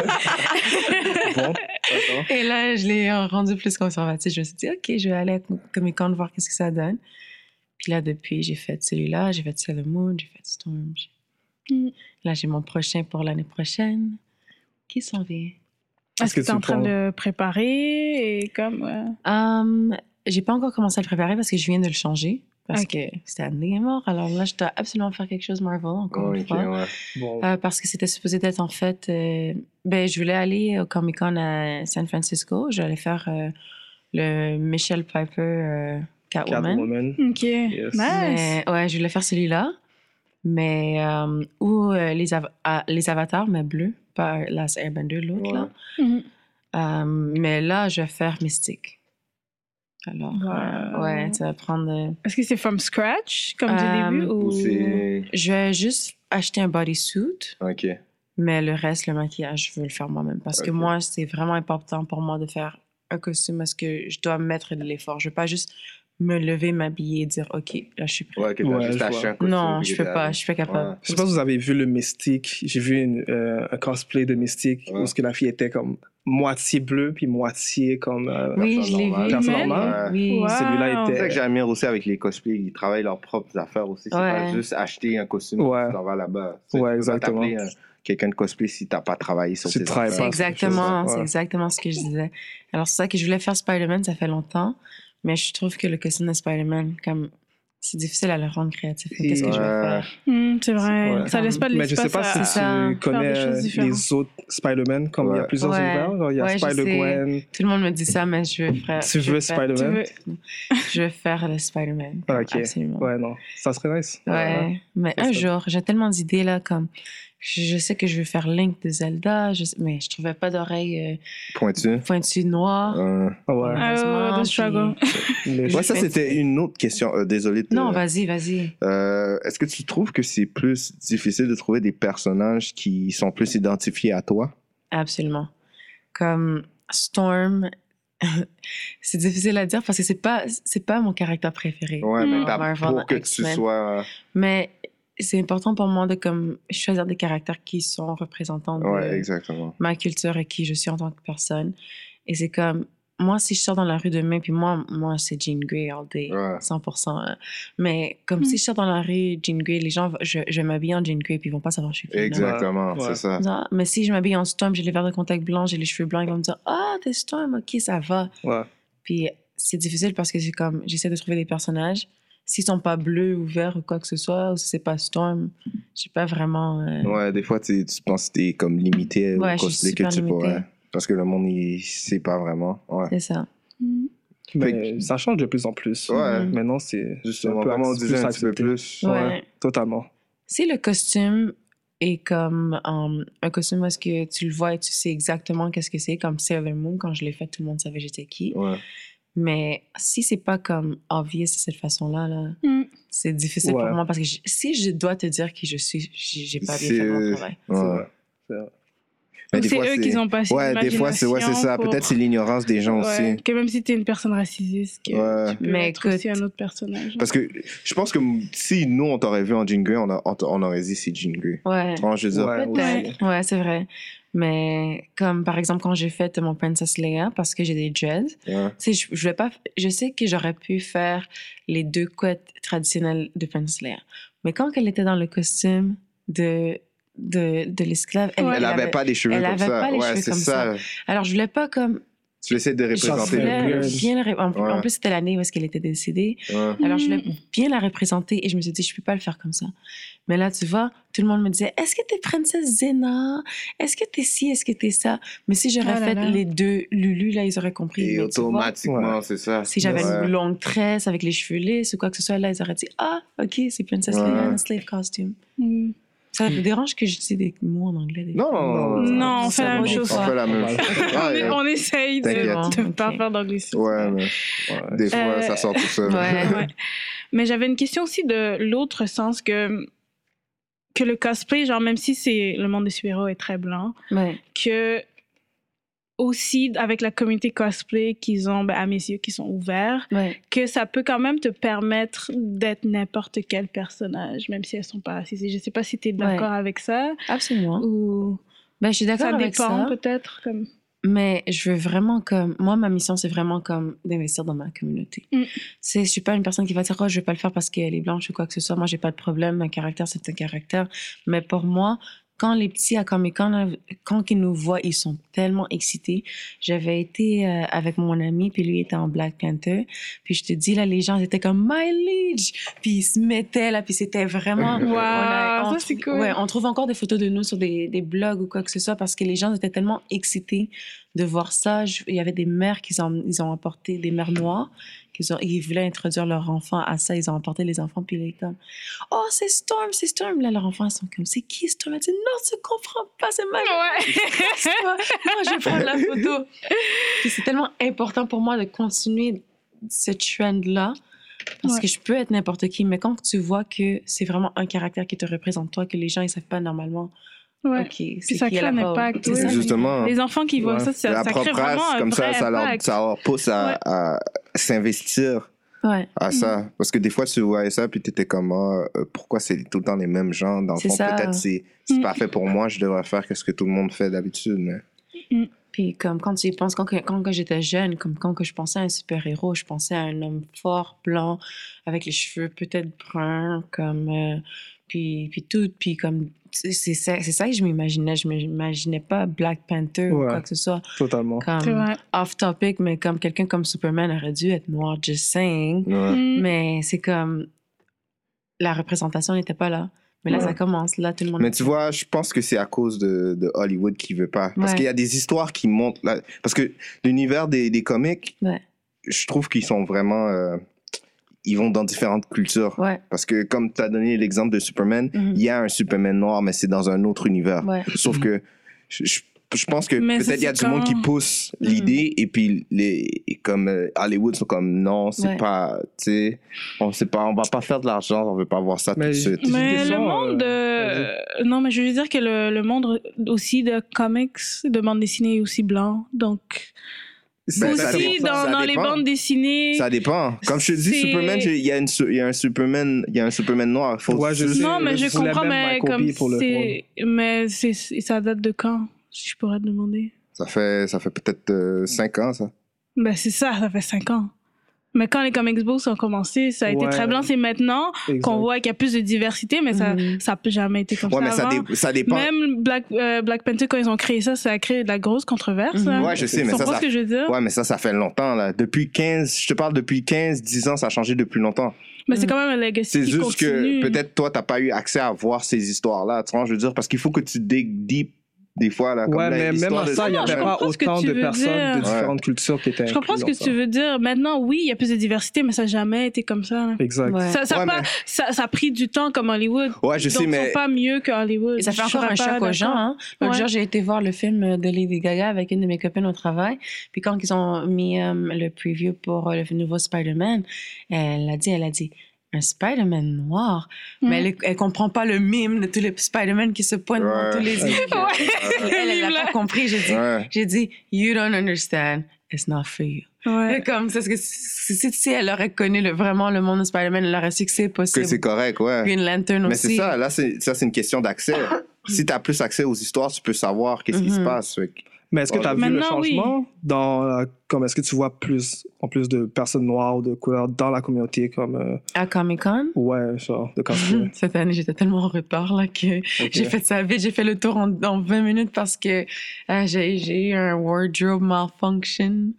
Bon, d'accord. et là, je l'ai rendu plus conservatif. Je me suis dit, OK, je vais aller à Comic-Con voir qu'est-ce que ça donne. Puis là, depuis, j'ai fait celui-là, j'ai fait Sailor Moon, j'ai fait Storm. Mm. Là, j'ai mon prochain pour l'année prochaine. Qui s'en vient? Est-ce que que tu es en tu train penses- de le préparer et comme... J'ai pas encore commencé à le préparer parce que je viens de le changer. Parce Ok. que c'était Anne est mort. Alors là, je dois absolument faire quelque chose Marvel, encore une Ok, fois. ouais. Bon. Parce que c'était supposé d'être en fait. Je voulais aller au Comic Con à San Francisco. J'allais faire le Michelle Piper Catwoman. Catwoman. OK. Yes. Nice. Mais, ouais, je voulais faire celui-là. Mais. Ou les avatars, mais bleus. Pas Last Airbender, l'autre, là. Mhm. Mais là, je vais faire Mystique. Alors, Wow. ouais, ça va prendre. Est-ce que c'est from scratch, comme du début? Ou Ou c'est. Je vais juste acheter un bodysuit. Ok. Mais le reste, le maquillage, je veux le faire moi-même. Parce que Ok. moi, c'est vraiment important pour moi de faire un costume parce que je dois mettre de l'effort. Je veux pas juste me lever, m'habiller et dire, OK, là, je suis prête. Ouais, que t'as Ouais, juste je acheté vois. un costume. Non, puis je que peux t'es pas. allé. Je suis pas capable. Ouais. Je sais pas si vous avez vu le Mystique. J'ai vu un cosplay de Mystique Ouais. où ce que la fille était comme moitié bleue puis moitié comme. Oui, Personne je l'ai normale. vu. Personne Humaine? normale. Oui. Wow. Celui-là C'est ça que était. j'admire aussi avec les cosplays. Ils travaillent leurs propres affaires aussi. C'est Ouais. pas juste acheter un costume Ouais. et tu t'en vas là-bas. Tu sais, Ouais, tu peux pas exactement. t'appeler, quelqu'un de cosplay si t'as pas travaillé sur Tu tes travailles affaires. pas. C'est c'est quelque chose, exactement, ouais. c'est exactement ce que je disais. Alors, c'est ça que je voulais faire Spider-Man, ça fait longtemps. Mais je trouve que le costume de Spider-Man, comme c'est difficile à le rendre créatif. Qu'est-ce que je vais Ouais. faire? C'est vrai. Ouais. Ça laisse pas de Mais je l'espace sais pas à... si ça. tu faire des connais choses différentes. les autres Spider-Man, comme il y a Ouais. plusieurs Ouais. univers. Il y a Ouais, je Spider-Gwen. Tout le monde me dit ça, mais je veux faire... Tu je veux faire- Spider-Man? Je veux faire le Spider-Man. comme Ok. Absolument. Ouais, non. Ça serait nice. Ouais, mais C'est un ça. jour, j'ai tellement d'idées là, comme je sais que je veux faire Link de Zelda, mais je trouvais pas d'oreilles Pointu. pointues noires. Ouais. Ah ouais, the struggle. Les- Ouais, ça, c'était une autre question. Désolé. Non, vas-y. Est-ce que tu trouves que c'est plus difficile de trouver des personnages qui sont plus identifiés à toi? Absolument. Comme Storm, c'est difficile à dire parce que c'est pas mon caractère préféré. Ouais, mais Marvel, pour que tu X-Men. sois... Mais c'est important pour moi de comme choisir des caractères qui sont représentants de Ouais, exactement. ma culture et qui je suis en tant que personne. Et c'est comme, moi, si je sors dans la rue demain, puis moi c'est Jean Grey all day, Ouais. 100%. Hein. Mais comme si je sors dans la rue, Jean Grey, les gens, je vais m'habiller en Jean Grey, puis ils vont pas savoir je suis qui. là. Exactement, Ouais. c'est ça. Non, mais si je m'habille en Storm, j'ai les verres de contact blancs, j'ai les cheveux blancs, ils vont me dire, ah, t'es Storm, ok, ça va. Ouais. Puis c'est difficile parce que c'est comme, j'essaie de trouver des personnages. S'ils sont pas bleus ou verts ou quoi que ce soit, ou si c'est pas Storm, j'ai pas vraiment. Ouais, des fois, tu penses que t'es comme limité au Ouais, je suis cosplay que super tu pourrais. limitée. Parce que le monde, il sait pas vraiment. Ouais. C'est ça. Mais ça change de plus en plus. Ouais. Maintenant, c'est Justement, un peu comme on plus disait un petit peu accepté. plus. Ouais. Totalement. Si le costume est comme un costume où est-ce que tu le vois et tu sais exactement qu'est-ce que c'est, comme Sailor Moon, quand je l'ai fait, tout le monde savait j'étais qui. Ouais. Mais si c'est pas comme obvious de cette façon-là, là, c'est difficile Ouais. pour moi parce que si je dois te dire qui je suis, j'ai pas bien C'est- fait mon travail. C'est Ouais. vrai. C'est vrai. Mais Donc, des c'est fois, eux qui ont pas assez Ouais, des fois, c'est ça. pour- Peut-être c'est l'ignorance des gens Ouais, aussi. que même si t'es une personne racisiste, que Ouais. tu peux Mais être aussi écoute- un autre personnage. Parce que je pense que si nous, on t'aurait vu en Jean Grey, on aurait dit c'est Jean Grey. Ouais. Tu vois, je veux dire. Ouais, Peut-être. Ouais, c'est vrai. Mais comme par exemple quand j'ai fait mon Princess Leia parce que j'ai des dreads, Ouais. tu sais, je vais pas. Je sais que j'aurais pu faire les deux couettes traditionnelles de Princess Leia. Mais quand elle était dans le costume de l'esclave, Ouais. Elle avait pas des cheveux elle comme avait ça. pas les Ouais, cheveux c'est comme ça. Alors je voulais pas comme. Tu essaies de Je représenter voulais le plus. bien en Ouais. plus c'était l'année où est-ce qu'elle était décédée. Ouais. Alors je voulais bien la représenter et je me suis dit je peux pas le faire comme ça. Mais là tu vois, tout le monde me disait est-ce que t'es Princesse Zena? Est-ce que t'es ci? Est-ce que t'es ça? Mais si j'aurais Ah là fait là. les deux Lulu là ils auraient compris. Et Mais tu vois, automatiquement, c'est ça. si j'avais Ouais. une longue tresse avec les cheveux lisses ou quoi que ce soit, là, ils auraient dit ah, ok, c'est Princess Ouais. Leia, un slave costume. Ça vous dérange que j'utilise des mots en anglais? Des Non, fois? non, non. Non, on fait la même bon, chose. On fait la même Ouais. chose. Ah, yeah. On essaye T'inquiète. de ne pas Ok. faire d'anglicisme. Ouais, mais Ouais. des fois, ça sort tout seul. Ouais. Ouais. Mais j'avais une question aussi de l'autre sens que le cosplay, genre même si c'est le monde des super-héros est très blanc, Ouais. que aussi avec la communauté cosplay qu'ils ont, ben, à mes yeux, qui sont ouverts, Ouais. que ça peut quand même te permettre d'être n'importe quel personnage, même si elles sont pas racisées. Je sais pas si tu es d'accord avec ça Absolument. ou Ben, je suis d'accord ça avec dépend ça. peut-être comme. Mais je veux vraiment comme... Moi, ma mission, c'est vraiment comme d'investir dans ma communauté. Je suis pas une personne qui va dire « Oh, je vais pas le faire parce qu'elle est blanche ou quoi que ce soit. » Moi, j'ai pas de problème. Un caractère, c'est un caractère. Mais pour moi, quand les petits à Comic-Con, là, quand ils nous voient, ils sont tellement excités. J'avais été avec mon ami, puis lui était en Black Panther. Puis je te dis, là, les gens étaient comme « My liege! » Puis ils se mettaient, là, puis c'était vraiment... Wow, on ça c'est trouve- cool. Ouais, on trouve encore des photos de nous sur des blogs ou quoi que ce soit parce que les gens étaient tellement excités de voir ça. Il y avait des mères ils ont apporté, des mères noires, ils voulaient introduire leurs enfants à ça. Ils ont apporté les enfants, puis ils étaient comme « Oh, c'est Storm, c'est Storm! » Là, leurs enfants, ils sont comme « C'est qui Storm? » Elle dit « Non, tu comprends pas, c'est ma Ouais. Moi, je vais prendre la photo. » Puis c'est tellement important pour moi de continuer ce trend-là parce Ouais. que je peux être n'importe qui, mais quand tu vois que c'est vraiment un caractère qui te représente toi, que les gens, ils savent pas normalement, Ouais. OK, c'est Puis ça qui crée elle un a pas- impact, c'est ouais. ça. Justement. Les enfants qui voient Ouais. ça, ça La crée propre vraiment race, un comme vrai ça impact. leur pousse à s'investir Ouais. à ça. Parce que des fois, tu voyais ça, puis tu étais comme, pourquoi c'est tout le temps les mêmes gens? Dans le C'est fond, ça. peut-être c'est pas fait pour moi, je devrais faire ce que tout le monde fait d'habitude. Mais... Puis comme quand tu y penses, quand que j'étais jeune, comme quand que je pensais à un super-héros, je pensais à un homme fort, blanc, avec les cheveux peut-être bruns, comme... puis tout, puis comme... C'est ça que je m'imaginais. Je m'imaginais pas Black Panther ou Ouais. quoi que ce soit. Totalement. C'est Comme vrai. off-topic, mais comme quelqu'un comme Superman aurait dû être noir, just saying. Ouais. Mm. Mais c'est comme... la représentation n'était pas là. Mais là, ça commence. Là, tout le monde... Mais tu vois, je pense que c'est à cause de Hollywood qui veut pas. Parce Ouais. qu'il y a des histoires qui montent là. Parce que l'univers des comics, Ouais. je trouve qu'ils sont vraiment. Ils vont dans différentes cultures. Ouais. Parce que, comme tu as donné l'exemple de Superman, Mhm. il y a un Superman noir, mais c'est dans un autre univers. Ouais. Sauf que je pense que Mais ça, peut-être il y a c'est du monde qui quand- pousse l'idée, et puis comme Hollywood sont comme non, c'est Ouais. pas. Tu sais, on va pas faire de l'argent, on veut pas voir ça tout Mais de suite. j'ai une Mais question, le monde non, mais je veux dire que le monde aussi de comics, de bande dessinée est aussi blanc. Donc, Ben, ça aussi dépend. Ça dans les dépend. bandes dessinées... Ça dépend. Comme je te dis, C'est- Superman, il y a un Superman noir. Faut Ouais, je juste- sais. Non, mais je Je voulais comprends, même mais Michael comme B pour le c'est... Mais ça date de quand, si je pourrais te demander? Ça fait peut-être 5 ans, ça. Ben c'est ça fait 5 ans. Mais quand les comics books ont commencé, ça a été Ouais. très blanc. C'est maintenant Exact. qu'on voit qu'il y a plus de diversité, mais ça Mhm. n'a jamais été comme Ouais, ça mais avant. ça dépend. Même Black Panther, quand ils ont créé ça, ça a créé de la grosse controverse. Mhm. hein. Ouais, je sais, Tu mais comprends ce que je veux dire? Ouais, mais ça fait longtemps, là. Je te parle depuis 10 ans, ça a changé depuis longtemps. Mais c'est quand même un legacy C'est qui juste continue. que peut-être toi, t'as pas eu accès à voir ces histoires-là. Tu vois, je veux dire, parce qu'il faut que tu dig deep des fois, là. Comme Ouais, là, mais même l'histoire à de- ça, il n'y Non, je avait pas comprends ce que autant tu de veux personnes dire. de différentes cultures qui étaient Je comprends ce que incluses tu dans veux dire. Maintenant, oui, il y a plus de diversité, mais ça n'a jamais été comme ça. là. ça. Exact. Ouais. Ça, Ouais, pas- mais- ça a pris du temps comme Hollywood. Ouais, je sais, Donc, ils mais. sont pas mieux que Hollywood. Et ça fait Je encore serais un pas choc aux d'accord. gens. Hein? L'autre Ouais. jour, j'ai été voir le film de Lady Gaga avec une de mes copines au travail. Puis quand ils ont mis le preview pour le nouveau Spider-Man, elle a dit un Spider-Man noir. Mais elle comprend pas le mime de tous les Spider-Man qui se pointent Ouais. dans tous les yeux. Elle a pas compris. Ouais. J'ai dit, you don't understand. It's not for you. Ouais. Comme ça, parce que si elle aurait connu vraiment le monde de Spider-Man, elle aurait su que c'est Que possible. c'est correct, ouais. Green Lantern Mais aussi. c'est ça, là, c'est une question d'accès. Si tu as plus accès aux histoires, tu peux savoir qu'est-ce qui se Mhm. passe. Fait que- Mais est-ce que tu as vu le Maintenant, oui. changement comme est-ce que tu vois en plus de personnes noires ou de couleurs dans la communauté comme À Comic-Con, ouais, genre de cosplay. cette année, j'étais tellement en retard là, que j'ai fait ça vite. J'ai fait le tour en 20 minutes parce que j'ai eu un wardrobe malfunction.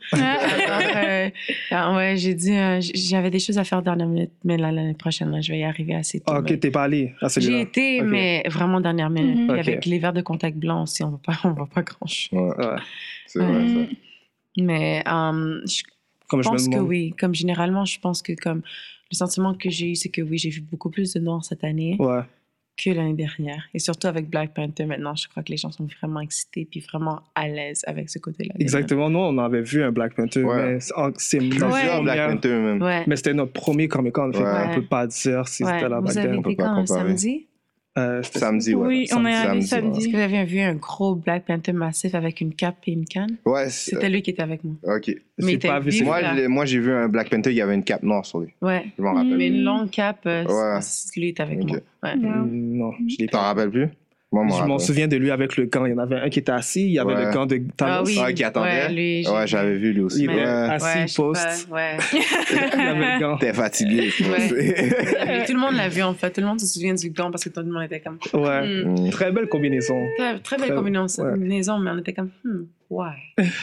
Alors, ouais, j'ai dit, j'avais des choses à faire dernière minute, mais là, l'année prochaine, là, je vais y arriver assez tôt. Ah, ok, mais- t'es pas allé à celui-là. J'ai été, Ok. mais vraiment dernière minute. Mhm. Puis Ok. avec les verres de contact blanc aussi, on voit pas grand-chose. Ouais, Ouais. c'est vrai, Mhm. ça. Mais je Comme je me pense que demande. oui. Comme généralement, je pense que comme le sentiment que j'ai eu, c'est que oui, j'ai vu beaucoup plus de noirs cette année Ouais. que l'année dernière. Et surtout avec Black Panther, maintenant, je crois que les gens sont vraiment excités puis vraiment à l'aise avec ce côté-là. Exactement. Nous, on avait vu un Black Panther, Ouais. mais c'est Plusieurs Ouais. Black Panther, même. Ouais. Mais c'était notre premier Comic-Con, fait Ouais. qu'on peut pas dire si Ouais. c'était la Vous back avez then. peut été pas quand, un comparer. samedi? C'était- Samedi, ouais. Oui, on est allé Est-ce samedi. que vous avez vu un gros Black Panther massif avec une cape et une canne? Ouais, C'était lui qui était avec moi. OK. Mais il J'ai était pas vu vif, Moi, là. moi, j'ai vu un Black Panther, il y avait une cape noire sur lui. Ouais. Je m'en rappelle. Mais une longue cape, Ouais. lui était avec Ok. moi. Ouais. Non, je l'ai T'en pas. rappelles plus? Moi, Je m'en souviens de lui avec le gant. Il y en avait un qui était assis, il y avait Ouais. le gant de Ah Thanos. oui. Ah, qui attendait? Ouais, lui, Ouais, j'avais vu lui aussi. Il était Mais- Ouais. assis, Ouais, je sais poste. pas, ouais. Il avait le gant. T'es fatigué. Mais tout le monde l'a vu en fait. Tout le monde se souvient du gant parce que tout le monde était comme. Ouais. Hmm. Très belle combinaison. Très belle Très- combinaison, ouais. mais on était comme. Why?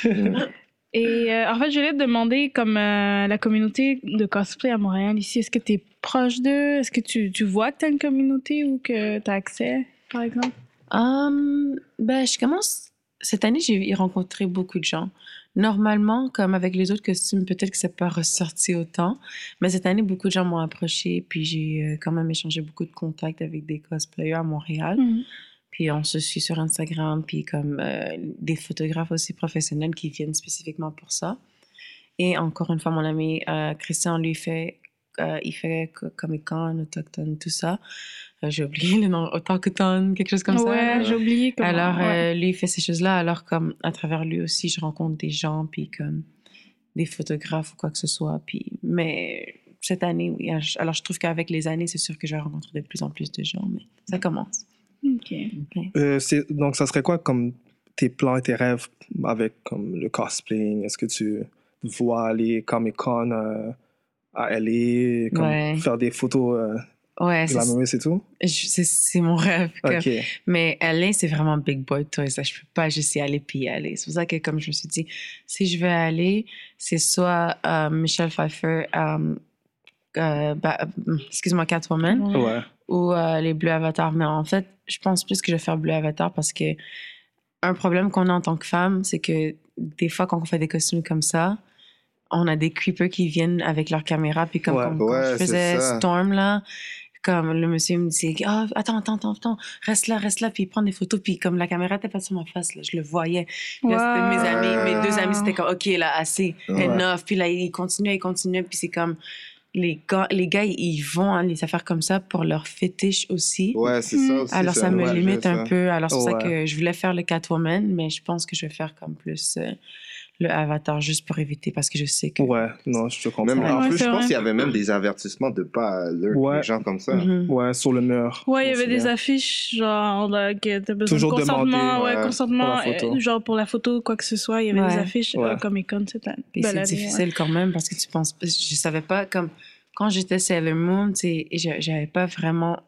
Et en fait, je voulais te demander, comme la communauté de cosplay à Montréal ici, est-ce que tu es proche d'eux? Est-ce que tu vois que tu as une communauté ou que tu as accès, par exemple? Ben, je commence. Cette année, j'ai rencontré beaucoup de gens. Normalement, comme avec les autres costumes, peut-être que ça peut pas ressorti autant. Mais cette année, beaucoup de gens m'ont approché. Puis j'ai quand même échangé beaucoup de contacts avec des cosplayers à Montréal. Puis on se suit sur Instagram. Puis comme des photographes aussi professionnels qui viennent spécifiquement pour ça. Et encore une fois, mon ami Christian, lui, il fait Comic-Con, Autochtone, tout ça. J'ai oublié le nom, Autochtone, quelque chose comme ça. Ouais, j'ai oublié comment. Alors, ouais. lui, il fait ces choses-là. Alors, comme, à travers lui aussi, je rencontre des gens, puis comme des photographes ou quoi que ce soit. Puis, mais cette année, oui. Alors, je trouve qu'avec les années, c'est sûr que je vais rencontrer de plus en plus de gens, mais ça commence. OK. Donc, ça serait quoi comme tes plans et tes rêves avec comme le cosplaying? Est-ce que tu vois aller Comic-Con à LA, comme Ouais. faire des photos Ouais, glamoureuses et tout? c'est mon rêve. comme. Ok. Mais LA, c'est vraiment big boy toy. Ça, je peux pas juste y aller puis y aller. C'est pour ça que, comme je me suis dit, si je veux aller, c'est soit Michelle Pfeiffer excuse-moi, Catwoman Ouais. ou les bleus avatars. Mais en fait, je pense plus que je vais faire bleu avatar parce que un problème qu'on a en tant que femme, c'est que des fois, quand on fait des costumes comme ça, on a des creepers qui viennent avec leur caméra. Puis comme, Ouais. quand Ouais, je c'est faisais ça. Storm, là, comme le monsieur me disait, ah, attends, reste là, puis il prend des photos. Puis comme la caméra était pas sur ma face, là, je le voyais. Puis là, c'était mes amis, mes 2 amis, c'était comme, OK, là, assez, enough. Puis là, il continuait. Puis c'est comme, les gars, ils vont à les affaires comme ça pour leur fétiche aussi. Ouais, c'est ça aussi. Alors, ça me ouais, limite ça. un peu. Alors, c'est pour ça Ouais. que je voulais faire le Catwoman, mais je pense que je vais faire comme plus le Avatar juste pour éviter parce que je sais que. Ouais, non, je te comprends. Même, en Ouais, plus, c'est je pense vrai. qu'il y avait même des avertissements de pas alert Ouais. les gens comme ça. Mhm. Ouais, sur le mur. Ouais, il y Je me avait des souviens. affiches, genre, là, que t'as besoin Toujours de consentement. demander, Ouais, ouais, consentement, pour la photo. genre pour la photo, quoi que ce soit. Il y avait Ouais. des affiches Ouais. Comic-Con cette année. Puis c'est difficile quand même parce que tu penses. Je savais pas comme. Quand j'étais Sailor Moon, j'avais pas vraiment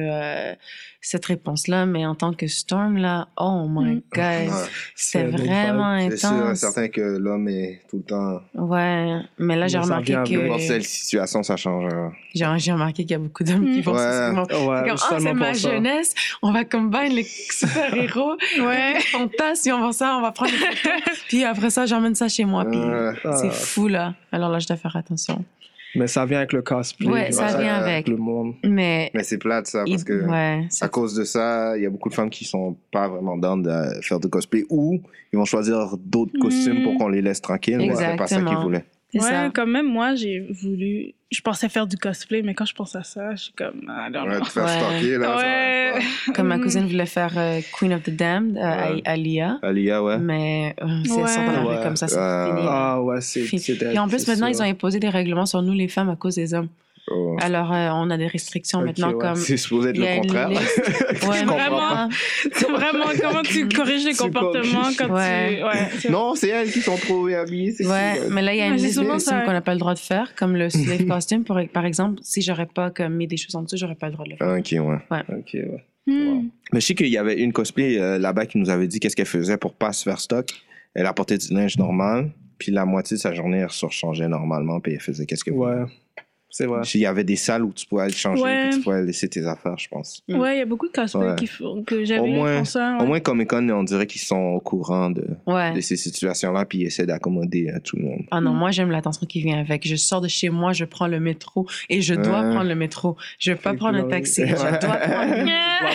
cette réponse-là, mais en tant que Storm, là, oh my God, Ouais. c'était C'est une autre vraiment C'est sûr et intense. certain que l'homme est tout le temps. Ouais, mais là, j'ai Mais ça remarqué vient avec. N'importe que. quelle situation, ça change. J'ai remarqué qu'il y a beaucoup d'hommes qui vont Ouais. c'est Ouais, comme, c'est seulement ma pour ça. jeunesse, on va combine les super-héros, Ouais. les fantasmes, on va ça, on va prendre des photos, puis après ça, j'emmène ça chez moi, puis c'est fou, là. Alors là, je dois faire attention. Mais ça vient avec le cosplay. Ouais, ça vient avec. Le monde. Mais Mais c'est plate, ça, parce que ouais, à cause de ça, il y a beaucoup de femmes qui sont pas vraiment down de faire de cosplay ou ils vont choisir d'autres costumes pour qu'on les laisse tranquilles. Mais c'est pas ça qu'ils Exactement. voulaient. c'est Ouais, ça. quand même, moi, j'ai voulu. Je pensais faire du cosplay, mais quand je pense à ça, je suis comme. Ah, non, Ouais, non. te faire Ouais. stalker, là. Ouais. Comme ma cousine voulait faire Queen of the Damned, Alia, Alia, ouais. mais c'est Ouais. sur dans la rue Ouais. comme ça, c'est Ah. fini. Ah ouais, c'est. Puis en plus, maintenant, ils ont imposé des règlements sur nous, les femmes, à cause des hommes. Oh. Alors, on a des restrictions Ok, maintenant, ouais. comme... C'est supposé être il y a le une contraire. liste. Ouais, Je comprends Vraiment. pas. C'est vraiment comment tu corriges les Tu comportements corriges. quand Ouais. tu. Ouais. c'est- Non, c'est elles qui sont trop habillées. C'est Ouais, mais là, il y a une Ouais, c'est liste de souvent costumes ça. qu'on n'a pas le droit de faire, comme le slave costume, par exemple. Si j'aurais pas comme, mis des choses en dessous, j'aurais pas le droit de le faire. Ok, ouais. Ok, ouais. Hmm. Mais je sais qu'il y avait une cosplay là-bas qui nous avait dit qu'est-ce qu'elle faisait pour pas se faire stock. Elle apportait du linge normal, puis la moitié de sa journée, elle se rechangeait normalement, puis elle faisait qu'est-ce qu'elle voulait. Ouais, c'est vrai. Il y avait des salles où tu pouvais aller changer, Ouais. puis tu pouvais laisser tes affaires, je pense. Mm. Ouais, il y a beaucoup de cosplays Ouais. qui font que j'avais Au moins- font ça. Au Ouais. moins, Comic-Con, on dirait qu'ils sont au courant de Ouais. ces situations-là, puis ils essaient d'accommoder tout le monde. Ah non, moi, j'aime l'attention qui vient avec. Je sors de chez moi, je prends le métro et je dois prendre le métro. Je vais pas prendre un taxi. Je dois prendre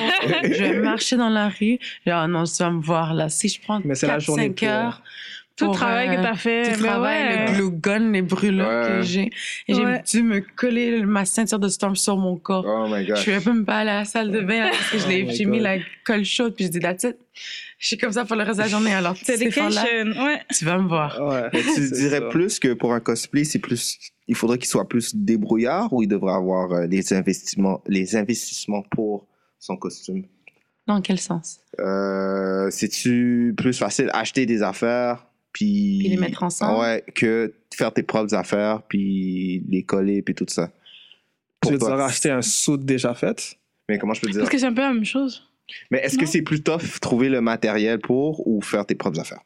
je vais marcher dans la rue. Genre, non, tu vas me voir là. Si je prends Mais c'est la journée 4-5 heures... Tout le pour, travail que t'as fait. Tout ben travail, ouais. le glue gun, les brûlures Ouais. que j'ai. Et Ouais. j'ai dû me coller ma ceinture de Storm sur mon corps. Oh my god. Je pouvais même pas aller à la salle de bain là, parce que Oh my j'ai mis God. la colle chaude puis je dis that's it. Je suis comme ça pour le reste de la journée. Alors, C'est des là ouais. tu vas me voir. Ouais. Mais tu c'est dirais ça. plus que pour un cosplay, c'est plus. Il faudrait qu'il soit plus débrouillard ou il devrait avoir les investissements pour son costume. Dans quel sens? C'est-tu plus facile acheter des affaires puis Puis les mettre ensemble? Ouais, que faire tes propres affaires puis les coller puis tout ça. Tu Pour veux toi. dire acheter un suit déjà fait? Mais comment je peux dire? Parce que c'est un peu la même chose. Mais est-ce que Non. c'est plus tough trouver le matériel pour ou faire tes propres affaires?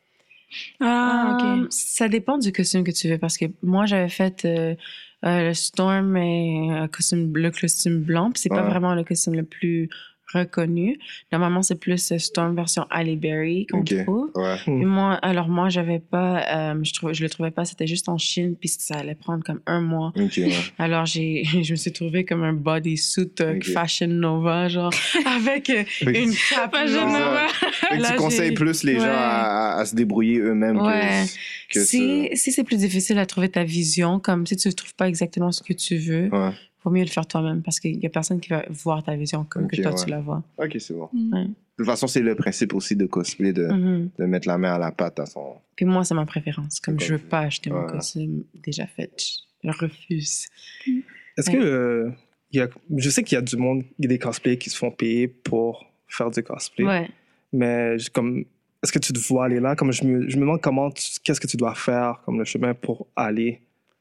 Ah, ok. Ça dépend du costume que tu veux parce que moi, j'avais fait le Storm et le costume blanc. Puis c'est pas Ouais. vraiment le costume le plus reconnu. Normalement, c'est plus Storm version Halle Berry qu'on Ok. trouve. Ouais. Et moi, j'avais pas, je le trouvais pas, c'était juste en Chine, puis ça allait prendre comme 1 mois. Ok, ouais. Alors, je me suis trouvée comme un bodysuit Ok. Fashion Nova, genre, avec une cape. Fashion genre. Nova. Fait que Là, tu conseilles j'ai- plus les gens Ouais. à se débrouiller eux-mêmes Ouais. que Si c'est plus difficile à trouver ta vision, comme si tu ne trouves pas exactement ce que tu veux, Ouais. vaut mieux le faire toi-même parce qu'il n'y a personne qui va voir ta vision comme que Ok, toi, ouais. tu la vois. Ok, c'est bon. Ouais. De toute façon, c'est le principe aussi de cosplay, Mhm. de mettre la main à la pâte à son. Puis moi, c'est ma préférence. Comme je veux pas acheter mon Ouais. costume déjà fait, je refuse. Est-ce que je sais qu'il y a du monde, il y a des cosplays qui se font payer pour faire du cosplay. Ouais. Mais comme est-ce que tu te vois aller là? Comme je me demande qu'est-ce que tu dois faire comme le chemin pour arriver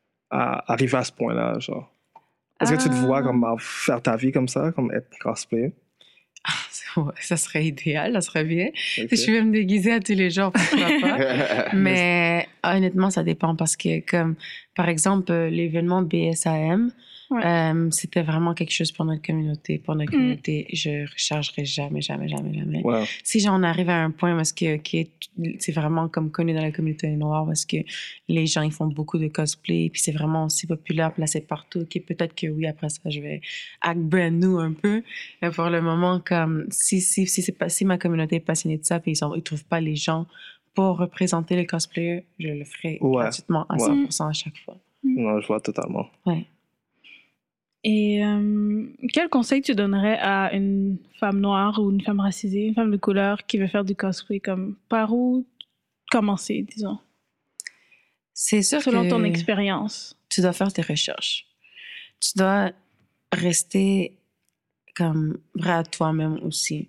à ce point-là, genre. Est-ce que tu te vois comme faire ta vie comme ça, comme être cosplay? Ouais, ça serait idéal, ça serait bien. Ok. Si je vais me déguiser à tous les jours, pourquoi pas. Mais honnêtement, ça dépend parce que, comme, par exemple, l'événement BSAM, C'était vraiment quelque chose pour notre communauté. Pour notre communauté, je rechargerai jamais. Wow. Si j'en arrive à un point parce que c'est vraiment comme connu dans la communauté noire, parce que les gens ils font beaucoup de cosplay, puis c'est vraiment aussi populaire, placé partout. Ok, peut-être que oui, après ça, je vais act brand new un peu. Mais pour le moment, comme si ma communauté est passionnée de ça, puis ils trouvent pas les gens pour représenter les cosplayers, je le ferai gratuitement à 100% à chaque fois. Non, je vois totalement. Ouais. Et quel conseil tu donnerais à une femme noire ou une femme racisée, une femme de couleur qui veut faire du cosplay, comme par où commencer, disons, C'est sûr selon que ton expérience? tu dois faire tes recherches. Tu dois rester comme vrai à toi-même aussi.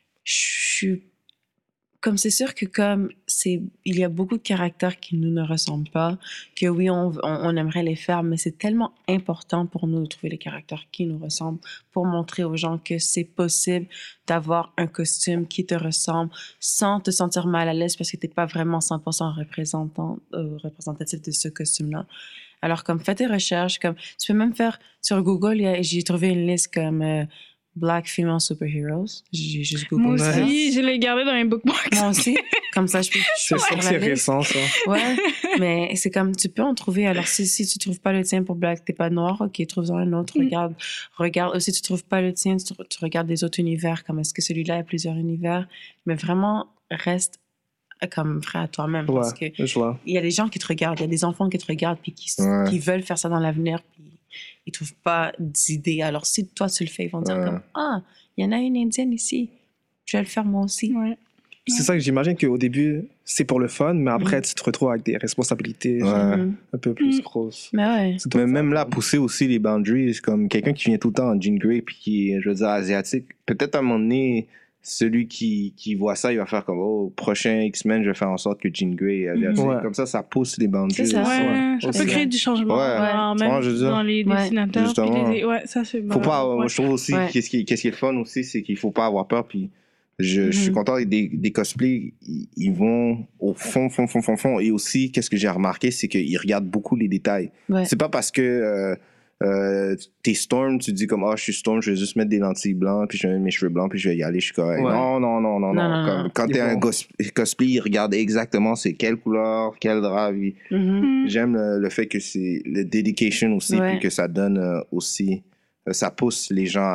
C'est sûr que il y a beaucoup de caractères qui nous ne ressemblent pas, que oui, on aimerait les faire, mais c'est tellement important pour nous de trouver les caractères qui nous ressemblent pour montrer aux gens que c'est possible d'avoir un costume qui te ressemble sans te sentir mal à l'aise parce que t'es pas vraiment 100% représentatif de ce costume-là. Alors, comme, fais tes recherches, comme, tu peux même faire, sur Google, j'ai trouvé une liste comme Black Female Superheroes. J'ai juste googlé Moi ça. aussi, je l'ai gardé dans mes bookmarks. Moi aussi. Comme ça, je peux... C'est sûr que c'est récent, ça. Ouais, mais c'est comme, tu peux en trouver. Alors, si tu trouves pas le tien pour Black, t'es pas noir, ok, trouve-en un autre. Regarde. Si tu trouves pas le tien, tu regardes des autres univers, comme est-ce que celui-là a plusieurs univers. Mais vraiment, reste comme vrai à toi-même. Parce que je vois. il y a des gens qui te regardent, il y a des enfants qui te regardent, puis qui veulent faire ça dans l'avenir, puis ils trouvent pas d'idées. Alors, si toi, tu le fais, ils vont dire comme, ah, il y en a une indienne ici. Je vais le faire moi aussi. Ouais. C'est ça que j'imagine qu'au début, c'est pour le fun, mais après, tu te retrouves avec des responsabilités un peu plus grosses. Mais ouais. Mais même là, pousser aussi les boundaries, comme quelqu'un qui vient tout le temps en jean grey puis qui est, je veux dire, asiatique, peut-être à un moment donné, celui qui voit ça, il va faire comme, oh, prochain X-Men, je vais faire en sorte que jean grey est asiatique. Comme ça pousse les boundaries. C'est ça. Ça peut créer du changement. Même je veux dire, dans les dessinateurs. justement. Ouais, ça, c'est bon. Faut pas, je trouve aussi, qu'est-ce qui est le fun aussi, c'est qu'il faut pas avoir peur. Puis je suis content des cosplays, ils vont au fond. Et aussi, qu'est-ce que j'ai remarqué, c'est qu'ils regardent beaucoup les détails. Ouais. C'est pas parce que t'es Storm, tu dis comme, je suis Storm, je vais juste mettre des lentilles blanches, puis je vais mettre mes cheveux blancs, puis je vais y aller, je suis correct. Ouais. Non. Comme, quand t'es un cosplay, ils regardent exactement c'est quelle couleur, quel drap. J'aime le fait que c'est le dedication aussi, puis que ça donne aussi, ça pousse les gens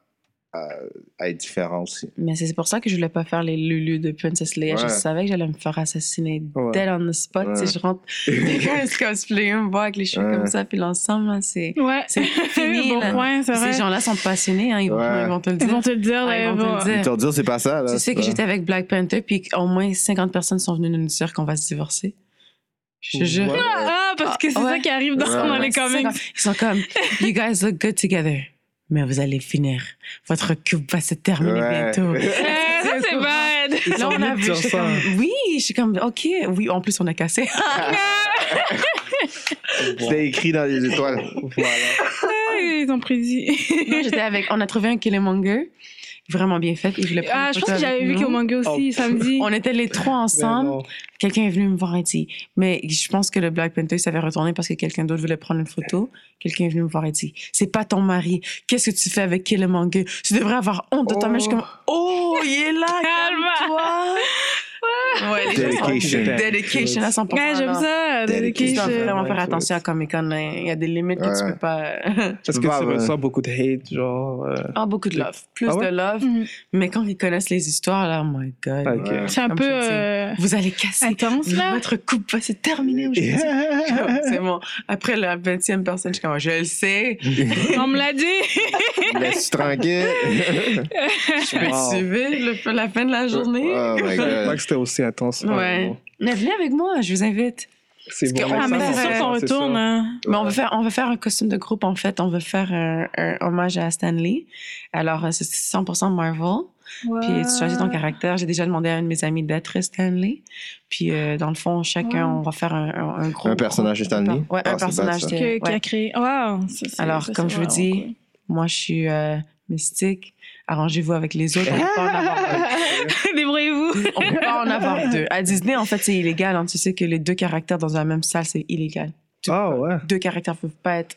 à être différents aussi. Mais c'est pour ça que je voulais pas faire les Lulu de Princess Leia. Je savais que j'allais me faire assassiner dead on the spot. Si je rentre, quelqu'un se cosplay, me voit avec les cheveux comme ça, puis l'ensemble, là, c'est fini. Bon point, c'est vrai. Ces gens-là sont passionnés, hein, ils vont te le dire. Ils vont te le dire. Ils vont te le dire, c'est pas ça. Là, tu sais que j'étais avec Black Panther, puis au moins 50 personnes sont venues nous dire qu'on va se divorcer. Je te jure. Parce que c'est ça qui arrive dans les comics. Ils sont comme, you guys look good together. Mais vous allez finir. Votre couple va se terminer bientôt. Ça, c'est bad. Là, on a vu. Oui, je suis comme, OK. Oui, en plus, on a cassé. C'était écrit dans les étoiles. Voilà. Ils ont prédit. On a trouvé un Killmonger. Vraiment bien fait. Je pense que j'avais vu Killmonger aussi samedi. On était les trois ensemble. Quelqu'un est venu me voir et dit, mais je pense que le Black Panther s'avait retourné parce que quelqu'un d'autre voulait prendre une photo. Quelqu'un est venu me voir et dit, c'est pas ton mari. Qu'est-ce que tu fais avec Killmonger? Tu devrais avoir honte de toi. Mais je suis comme, il est là, calme-toi. Ouais, dedication à 100%. Ouais, j'aime ça. Dedication. Tu dois vraiment faire attention à Comic-Con. Il y a des limites que tu peux pas. Est-ce que tu reçois beaucoup de hate, genre? Beaucoup de love. Plus de love. Mais quand ils connaissent les histoires, là, oh my God. Okay. C'est un peu. Vous allez casser. Intense, là. Votre couple va se terminer aujourd'hui. C'est bon. Après la 20e personne, je suis comme, je le sais. On me l'a dit. Laisse tranquille. Je peux suivre la fin de la journée. Oh my God. C'était aussi intense. Ouais. Mais venez avec moi, je vous invite. C'est bon. Mais c'est sûr qu'on retourne. Mais on va faire un costume de groupe, en fait. On va faire un hommage à Stan Lee. Alors, c'est 100% Marvel. Puis tu choisis ton caractère. J'ai déjà demandé à un de mes amis d'être Stan Lee. Puis dans le fond, chacun, on va faire un groupe. Un personnage de Stan Lee? Ouais, un personnage qui a créé. Wow! Alors, comme je vous dis, moi, je suis mystique. Arrangez-vous avec les autres. On peut pas en avoir deux. Débrouillez-vous. On peut pas en avoir deux. À Disney, en fait, c'est illégal. Hein. Tu sais que les deux caractères dans la même salle, c'est illégal. Ouais. 2 caractères peuvent pas être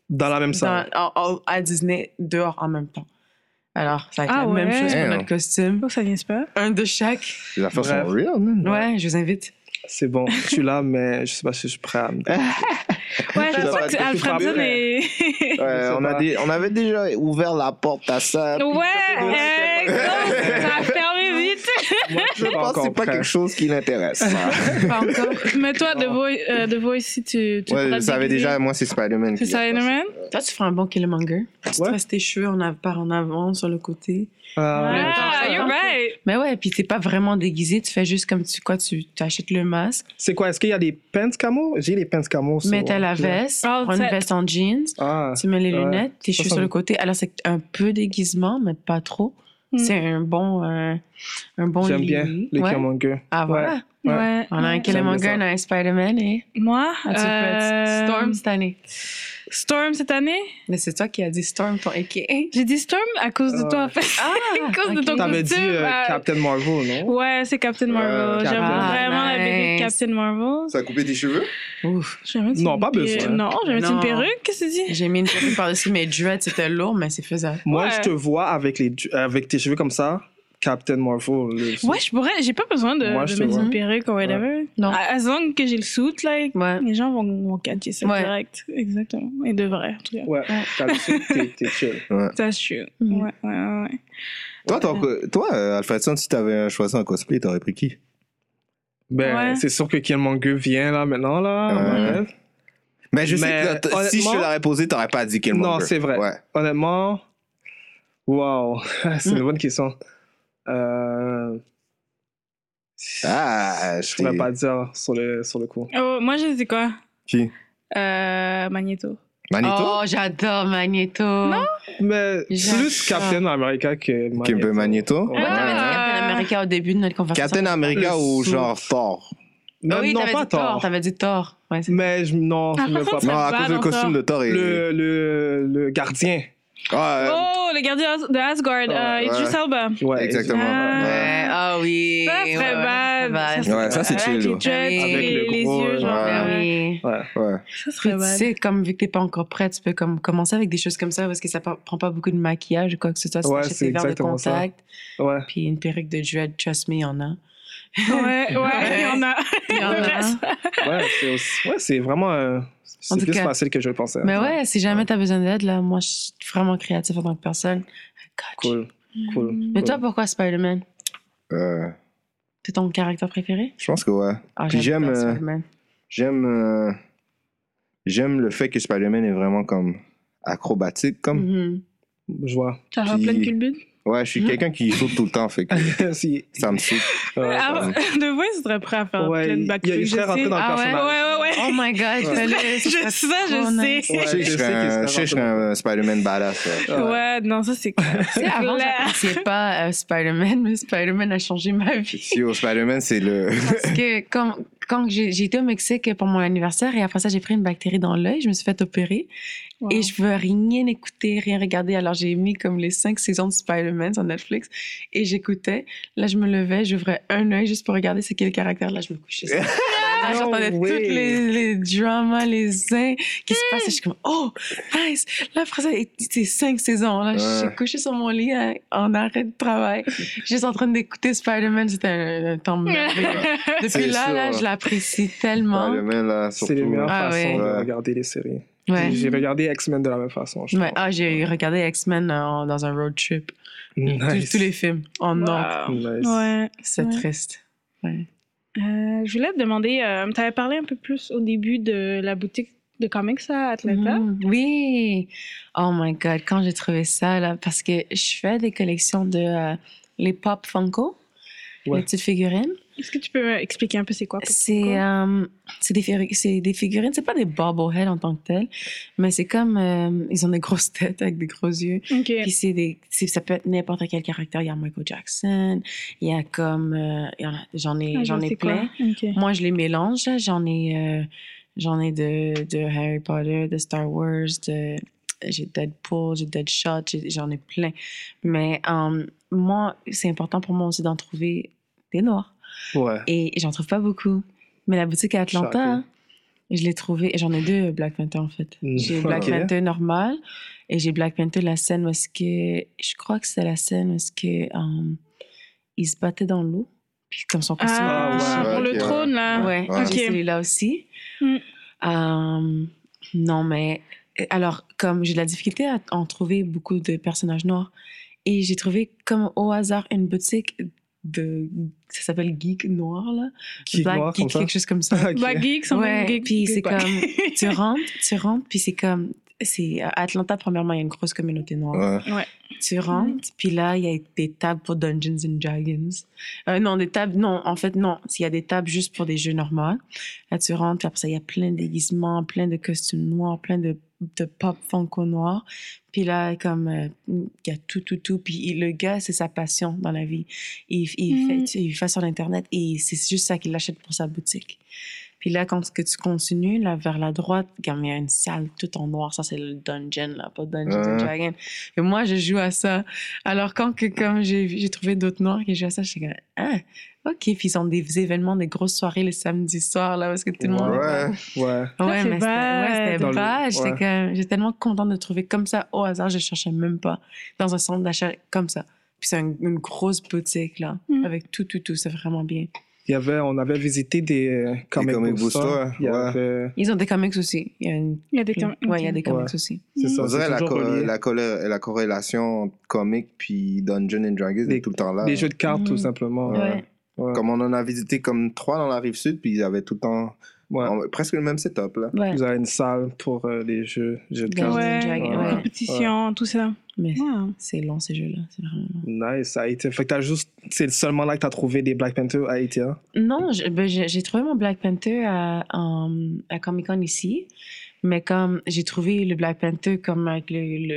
Dans la même salle. à Disney, dehors en même temps. Alors, ça va être Ah la même ouais. chose pour Damn. notre costume. Oh, ça niaise pas. Un de chaque. Les affaires sont Bref. real, man. Ouais, je vous invite. C'est bon, je suis là, mais je sais pas si je suis prêt à me Ouais, je sais crois pas, que je suis Alfredson pas est... Ouais, on avait déjà ouvert la porte à ça. puis Ouais, ça a fermé vite. Moi, je Je suis pense que c'est pas prêt. quelque chose qui l'intéresse. Pas encore. Mais toi, The Voice, si tu Ouais, pourras je te savais déguiser. déjà, moi, c'est Spider-Man. C'est qui l'a fait. Spider-Man? Toi, tu feras un bon Killmonger. Tu Ouais. traces tes cheveux par en avant, sur le côté. Ah, you're right. Mais ouais, puis t'es pas vraiment déguisé. Tu fais juste comme tu achètes le masque. C'est quoi? Est-ce qu'il y a des pants camo? J'ai les pants camo. sur- Mais t'as la veste, Oh, prends une ça- veste en jeans. Ah, Tu mets les ouais. lunettes, tes Ça, cheveux ça sur me- le côté. Alors, c'est un peu déguisement, mais pas trop. Mm. C'est un bon j'aime bien lit. les Ouais. Killmonger. Ah, voilà. Ouais. Ouais. On a un J'aime Killmonger, bien on a un Spider-Man et... Moi, Ah, tu fais Storm cette année. Storm cette année? Mais c'est toi qui as dit Storm, ton AKA. J'ai dit Storm à cause de toi, en fait. Ah, à cause de ton T'avais dit costume. Captain Marvel, non? Ouais, c'est Captain Marvel. J'aime Captain. vraiment la BD de Nice. Captain Marvel. Ça a coupé tes cheveux? Ouf. Je vais mettre Non, une pas perruque. besoin. Non, je vais mettre Non. une perruque. Qu'est-ce que tu dis? J'ai mis une perruque par-dessus mes dreads, c'était lourd, mais c'est faisable. Moi, Ouais. je te vois avec tes cheveux comme ça, Captain Marvel. Ouais, je pourrais. J'ai pas besoin de, Moi, de je te mettre vois. une perruque ou whatever. Non. As long que j'ai le suit, là, Ouais. les gens vont catcher ça Ouais. direct. Exactement. Et de vrai, en tout cas. Ouais, t'as le suit, t'es chill. That's true. Mhm. Ouais. Toi, Alfredson, si t'avais choisi un cosplay, t'aurais pris qui? Ben, Ouais. c'est sûr que Killmonger vient là maintenant, là. à ma tête. Mais je sais Mais que si je te honnêtement- l'aurais posé, t'aurais pas dit Killmonger. Non, c'est vrai. Ouais. Honnêtement, wow, c'est une bonne question. Ah, Je pourrais pas dire sur le coup. Oh, moi, j'ai dit quoi? Qui? Magneto. Magneto? Oh, j'adore Magneto. Non? Mais J'adore. plus Captain America que Magneto. Qui est un peu Magneto? Ouais. Ouais, t'avais dit Ah. Captain America au début de notre conversation. Captain America Le ou sou- genre Thor? Ah oui, non, t'avais pas dit Thor. Thor. T'avais dit Thor. Ouais, c'est- Mais non, Ah, je me par vois contre, Non, pas. à va cause du dans costume Thor. de Thor. Le gardien. Oh, le gardien de Asgard. Ouais. Idris Elba. Ouais, Exactement. Ah. Ouais, ah oui. Ça serait bad. Ouais, ça, c'est chill, Avec les là. dreads, Avec le les gros, yeux, genre. Ben ouais. oui. Ouais. Ouais. Ça Puis serait tu bad. sais, comme vu que t'es pas encore prête, tu peux comme commencer avec des choses comme ça parce que ça prend pas beaucoup de maquillage ou quoi que ce soit. Tu Ouais, t'achètes c'est des verres de exactement ça. contact, Ouais. puis une perruque de dread, trust me, il y en a. Ouais, il y en a. Il y en a. Ouais, c'est vraiment. En C'est tout plus cas. facile que je le pensais. Mais ouais, si jamais t'as besoin d'aide, là, moi, je suis vraiment créative en tant que personne. I got you. Cool. Mais toi, pourquoi Spider-Man? C'est ton caractère préféré? Je pense que ouais. Ah, Puis j'adore j'aime, Spider-Man. j'aime le fait que Spider-Man est vraiment comme acrobatique, comme. Mhm. Je vois. T'as Puis- plein de culbutes? Ouais, je suis quelqu'un qui saute tout le temps, fait que Si. ça me saoute. Ouais. Ah, The Voice serait prêt à faire Ouais, plein de il backflips. serait rentré dans le Ah ouais? personnage. Ouais. Oh my god, fais-le. Je sais, je sais. Ouais, Je sais que je serais qu'il un Spider-Man badass. Ouais. Ouais, non, ça c'est clair. Tu sais, avant, j'appréciais pas Spider-Man, mais Spider-Man a changé ma vie. Yo, Spider-Man, c'est le. Parce que quand j'ai été au Mexique pour mon anniversaire et après ça, j'ai pris une bactérie dans l'œil, je me suis fait opérer Wow. et je veux rien écouter, rien regarder. Alors j'ai mis comme les 5 saisons de Spider-Man sur Netflix et j'écoutais. Là, je me levais, j'ouvrais un œil juste pour regarder c'est quel caractère. Là, je me couchais. Là, j'entendais No tous way. les dramas, les zins qui se passaient. Je suis comme, oh, nice. Là, après ça, c'est 5 saisons. Là, Ouais. j'ai couché sur mon lit en arrêt de travail. Juste en train d'écouter Spider-Man. C'était un temps merveilleux. Depuis C'est là, sûr, là, ouais. je l'apprécie tellement. Spider-Man, là, C'est les surtout. meilleures Ah façons ouais. de regarder les séries. Ouais. J'ai regardé X-Men de la même façon. je Ouais. crois. Ah, j'ai regardé X-Men dans un road trip. Nice. Tous les films en ordre. Nice. Ouais. C'est Ouais. triste. Ouais. Je voulais te demander, tu avais parlé un peu plus au début de la boutique de comics à Atlanta. Mhm. Oui. Oh my God, quand j'ai trouvé ça, là, parce que je fais des collections de les Pop Funko, Ouais. les petites figurines. Est-ce que tu peux expliquer un peu c'est quoi? C'est des figurines, c'est pas des bobbleheads en tant que telles, mais c'est comme, ils ont des grosses têtes avec des gros yeux. Ok. Puis ça peut être n'importe quel caractère. Il y a Michael Jackson, il y a comme, j'en ai c'est plein. quoi? Ok. Moi, je les mélange. Là. J'en ai de Harry Potter, de Star Wars, j'ai Deadpool, j'ai Deadshot, j'en ai plein. Mais moi, c'est important pour moi aussi d'en trouver des noirs. Ouais. Et j'en trouve pas beaucoup. Mais la boutique à Atlanta, Shocking. Et je l'ai trouvé. Et j'en ai deux Black Panther, en fait. J'ai Black Ok. Panther normal et j'ai Black Panther, la scène où est-ce que. Je crois que c'est la scène où est-ce que. Il se battait dans l'eau. Puis comme son costume. Ah, ouais. pour Ouais, le ok, trône, là. Ouais, Ouais. j'ai Ok. celui-là aussi. Mm. Non, mais. Alors, comme j'ai de la difficulté à en trouver beaucoup de personnages noirs, et j'ai trouvé comme au hasard une boutique de. Ça s'appelle Geek Noir, là. Geek Black Noir, Geek, comme ça? quelque chose comme ça. Ok. Black Geek, son Ouais, Geek. puis c'est Geek, comme, tu rentres, puis c'est comme, c'est à Atlanta, premièrement, il y a une grosse communauté noire. Ouais. Tu rentres, puis là, il y a des tables pour Dungeons and Dragons. Non, des tables, non, en fait, non. Il y a des tables juste pour des jeux normaux. Là, tu rentres, puis après ça, il y a plein de déguisements, plein de costumes noirs, plein de pop funko noirs. Puis là, comme, il y a tout. Puis le gars, c'est sa passion dans la vie. Il fait sur Internet et c'est juste ça qu'il achète pour sa boutique. Puis là, quand que tu continues, là, vers la droite, comme il y a une salle toute en noir, ça, c'est le dungeon, là, pas Dungeons and Dragons. Mais moi, je joue à ça. Alors, comme j'ai trouvé d'autres noirs qui jouent à ça, je suis comme, ah, OK. Puis ils ont des événements, des grosses soirées le samedi soir, là, parce que tout le monde... Ouais. Ouais. Ouais, c'est mais bad. c'était Dans le- bad. ouais. J'étais tellement contente de trouver comme ça au hasard. Je cherchais même pas dans un centre d'achat comme ça. Puis c'est une grosse boutique, là, avec tout. C'est vraiment bien. On avait visité des comic book stores. stores, Il y ouais. avait... Ils ont des comics aussi. Il y a une... Il y a des Ouais, il y a des comics Ouais. aussi. C'est ça, On dirait c'est toujours relié. la corrélation entre comic puis Dungeons and Dragons Des- est tout le temps là. Des jeux de cartes, tout simplement. Ouais. Ouais. Comme on en a visité comme 3 dans la rive sud, puis ils avaient tout le temps Ouais. presque le même setup là. Ouais. Vous avez une salle pour les jeux de Dungeons cartes. Ouais, Dragon, ouais. compétition, tout ça. Mais Ouais. c'est long, ces jeux-là. C'est vraiment long. Nice, ça a été. Fait que c'est seulement là que t'as trouvé des Black Panther à Haïti, hein? Non, j'ai trouvé mon Black Panther à Comic-Con ici. Mais comme j'ai trouvé le Black Panther comme avec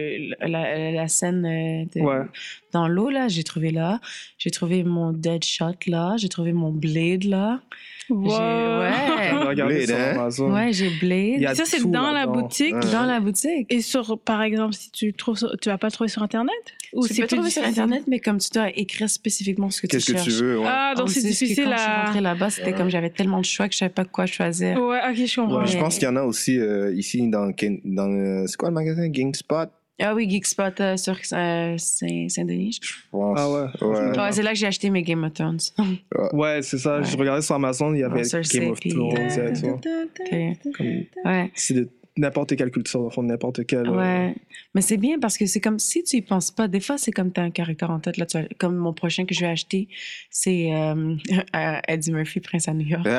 la scène Ouais. dans l'eau, là, j'ai trouvé là. J'ai trouvé mon Deadshot là. J'ai trouvé mon Blade là. Wow. On Ouais. a regardé Blade, sur hein? Amazon. Ouais, j'ai Il Blade. y a Ça, c'est tout dans la là-dedans. boutique. Ouais. Dans la boutique. Et sur, par exemple, si tu trouves, tu vas pas le trouver sur Internet? Ou Tu peux plus trouver sur difficile? Internet, mais comme tu dois écrire spécifiquement ce que tu Qu'est-ce que cherches. tu veux ouais. Ah, donc c'est que difficile quand je suis à... rentrée là-bas, c'était comme j'avais tellement de choix que je savais pas quoi choisir. Ouais, ok, je comprends. Ouais. Je pense qu'il y en a aussi ici dans c'est quoi le magasin GameSpot Ah oui, Geekspot sur Saint-Denis. je pense. Ah ouais. Ouais. Ouais, c'est là que j'ai acheté mes Game of Thrones. Ouais, c'est ça. Je regardais sur Amazon, il y avait Ouais, Cersei, Game of puis, Thrones, il y avait tout. Ouais. C'est de n'importe quelle culture, au fond, n'importe quelle. Ouais, mais c'est bien parce que c'est comme si tu y penses pas. Des fois, c'est comme tu as un caractère en tête. Là, comme mon prochain que je vais acheter, c'est Eddie Murphy, Prince à New York.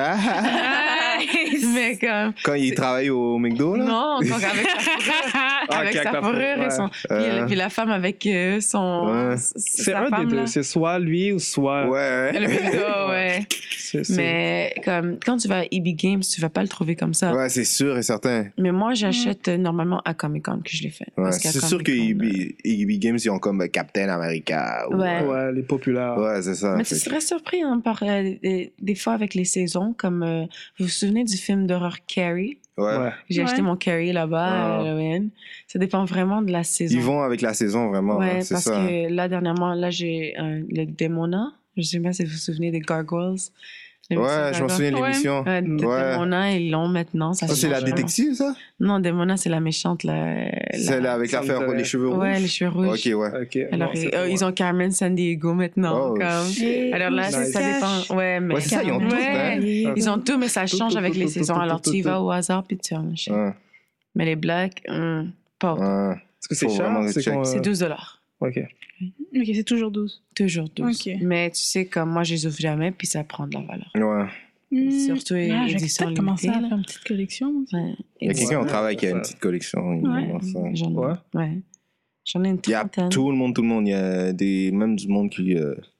Mais comme. Quand il travaille au McDo là. Non, donc avec sa fourrure. Ah, Avec ok, sa avec la fourrure et fourrure, son. Puis la femme avec son. Ouais. C'est sa un femme, des là. deux. C'est soit lui ou soit. Ouais. Le McDo, ouais. c'est- Mais comme quand tu vas à EB Games, tu vas pas le trouver comme ça. Ouais, c'est sûr et certain. Mais moi, j'achète normalement à Comic Con que je l'ai fait. Ouais, Parce qu'à c'est sûr que Comic-Con, EB Games ils ont comme Captain America. Ou, Ouais. Ouais, les populaires. Ouais, c'est ça. Mais tu serais surpris hein, par des fois avec les saisons, comme vous vous souvenez du film d'horreur Carrie? Ouais. Ouais. J'ai acheté Ouais. mon Carrie là-bas à Halloween. Ça dépend vraiment de la saison. Ils vont avec la saison vraiment. Ouais, hein, c'est parce ça. que là, dernièrement, là, j'ai le Demona. Je sais pas si vous vous souvenez des Gargoyles. Ouais, je m'en souviens de Ouais. l'émission. Ouais, Ouais. Demona, ils l'ont maintenant. Ça Ça, c'est la change vraiment. détective, ça? Non, Demona, c'est la méchante. Celle avec ça me l'affaire pour dirait. les cheveux rouges? Ouais, les cheveux rouges. Ok, ouais. Ok. Alors, non, c'est pas ils moi. ont Carmen Sandiego maintenant. Oh, comme... shit. Alors là, Nice. ça dépend. Ouais, mais. Ouais, c'est ça, ils ont tout, Ouais. hein. Ils ont tout, mais ça change avec les saisons. Alors, tu y vas au hasard, puis tu en achètes. Ouais. Mais les blacks, pas autant. Ouais. Est-ce que c'est Faut vraiment cher? que tu checkes. C'est 12 $. Ok. Ok, c'est toujours 12. Toujours 12. Ok. Mais tu sais, comme moi, je les ouvre jamais, puis ça prend de la valeur. Ouais. Surtout Je vais édition peut-être commencer à limitée, là. faire une petite collection. moi. Ouais. Il y a quelqu'un au travail qui a une Ouais. petite collection. il Ouais. vend ça. J'en ai, Ouais. ouais. J'en ai une Il y a trentaine. tout le monde. Il y a même du monde qui.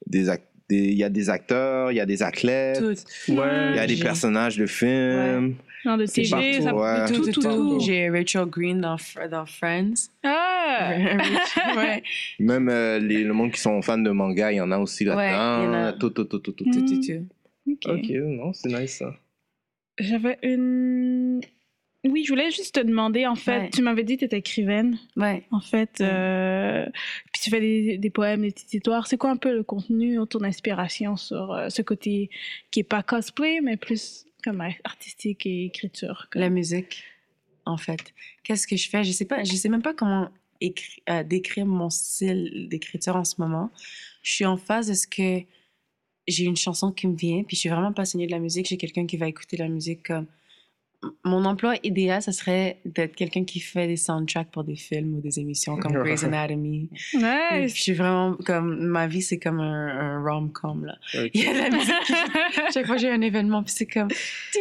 Il y a des acteurs, il y a des athlètes, Toutes. Ouais. il y a des J'ai- personnages de films. Genre de C'est TG, partout, ça ouais. peut Tout, tout, tout. J'ai Rachel Green dans Friends. Ah! ouais. Même le monde qui sont fans de manga, il y en a aussi Ouais, il y en là-dedans. a. Tout. Tout. Ok. Ok, non, c'est nice ça. J'avais une... Oui, je voulais juste te demander, en fait, Ouais. tu m'avais dit que tu étais écrivaine, Ouais. en fait, puis tu fais des poèmes, des petites histoires. C'est quoi un peu le contenu autour d'inspiration sur ce côté qui est pas cosplay, mais plus comme artistique et écriture? Comme... La musique, en fait. Qu'est-ce que je fais? Je sais même pas comment décrire mon style d'écriture en ce moment. Je suis en phase de ce que j'ai une chanson qui me vient, puis je suis vraiment passionnée de la musique. J'ai quelqu'un qui va écouter la musique comme... Mon emploi idéal, ça serait d'être quelqu'un qui fait des soundtracks pour des films ou des émissions comme Grey's Anatomy. Ouais. Je suis vraiment comme... Ma vie, c'est comme un rom-com, là. Ok. Il y a de la musique. Chaque fois que j'ai un événement, puis c'est comme...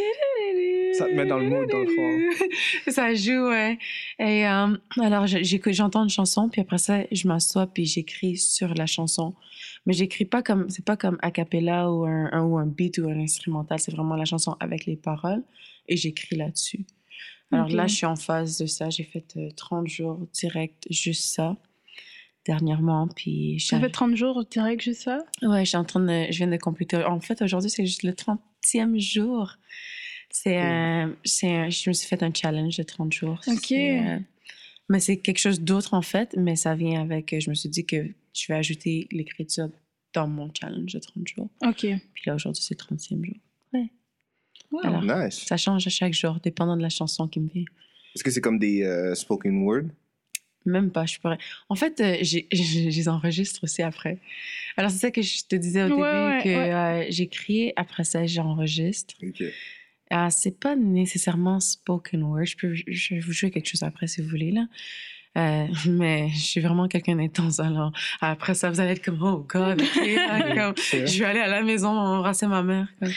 Ça te met dans le mood, dans le fond. Ça joue, ouais. Et alors, j'entends une chanson, puis après ça, je m'assois, puis j'écris sur la chanson. Mais j'écris pas comme... C'est pas comme a cappella ou un beat ou un instrumental. C'est vraiment la chanson avec les paroles. Et j'écris là-dessus. Alors Ok. là, je suis en phase de ça. J'ai fait 30 jours direct, juste ça, dernièrement. Puis Ça fait 30 jours direct, juste ça? Ouais, je viens de compléter. En fait, aujourd'hui, c'est juste le 30e jour. Je me suis fait un challenge de 30 jours. Ok. Mais c'est quelque chose d'autre, en fait. Mais ça vient avec... Je me suis dit que je vais ajouter l'écriture dans mon challenge de 30 jours. OK. Puis là, aujourd'hui, c'est le 30e jour. Wow. Alors, Nice. ça change à chaque jour, dépendant de la chanson qui me vient. Est-ce que c'est comme des spoken word? Même pas, je pourrais. En fait, je les enregistre aussi après. Alors, c'est ça que je te disais au Ouais, début, que ouais. j'écris, après ça, j'enregistre. Ok. C'est pas nécessairement spoken word. Je vais vous jouer quelque chose après, si vous voulez, là. Mais je suis vraiment quelqu'un d'intense, alors après ça, vous allez être comme « Oh God! » comme, je vais aller à la maison embrasser ma mère. Comme.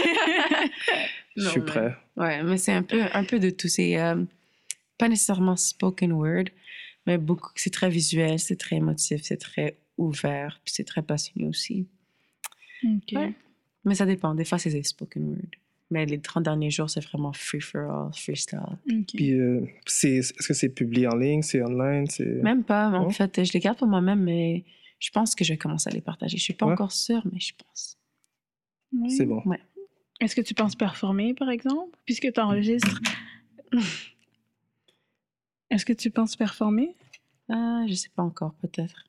Je suis prêt. Ouais, mais c'est un peu de tout. C'est pas nécessairement spoken word, mais c'est très visuel, c'est très émotif, c'est très ouvert, puis c'est très passionné aussi. OK. Ouais. Mais ça dépend. Des fois, c'est des spoken word. Mais les 30 derniers jours, c'est vraiment free for all, freestyle. OK. Puis, est-ce que c'est publié en ligne, c'est online, c'est... Même pas. En Ouais. fait, je les garde pour moi-même, mais je pense que je vais commencer à les partager. Je suis pas Ouais. encore sûre, mais je pense. Oui. C'est bon. Ouais. Est-ce que tu penses performer, par exemple, puisque tu enregistres? Est-ce que tu penses performer? Je sais pas encore, peut-être.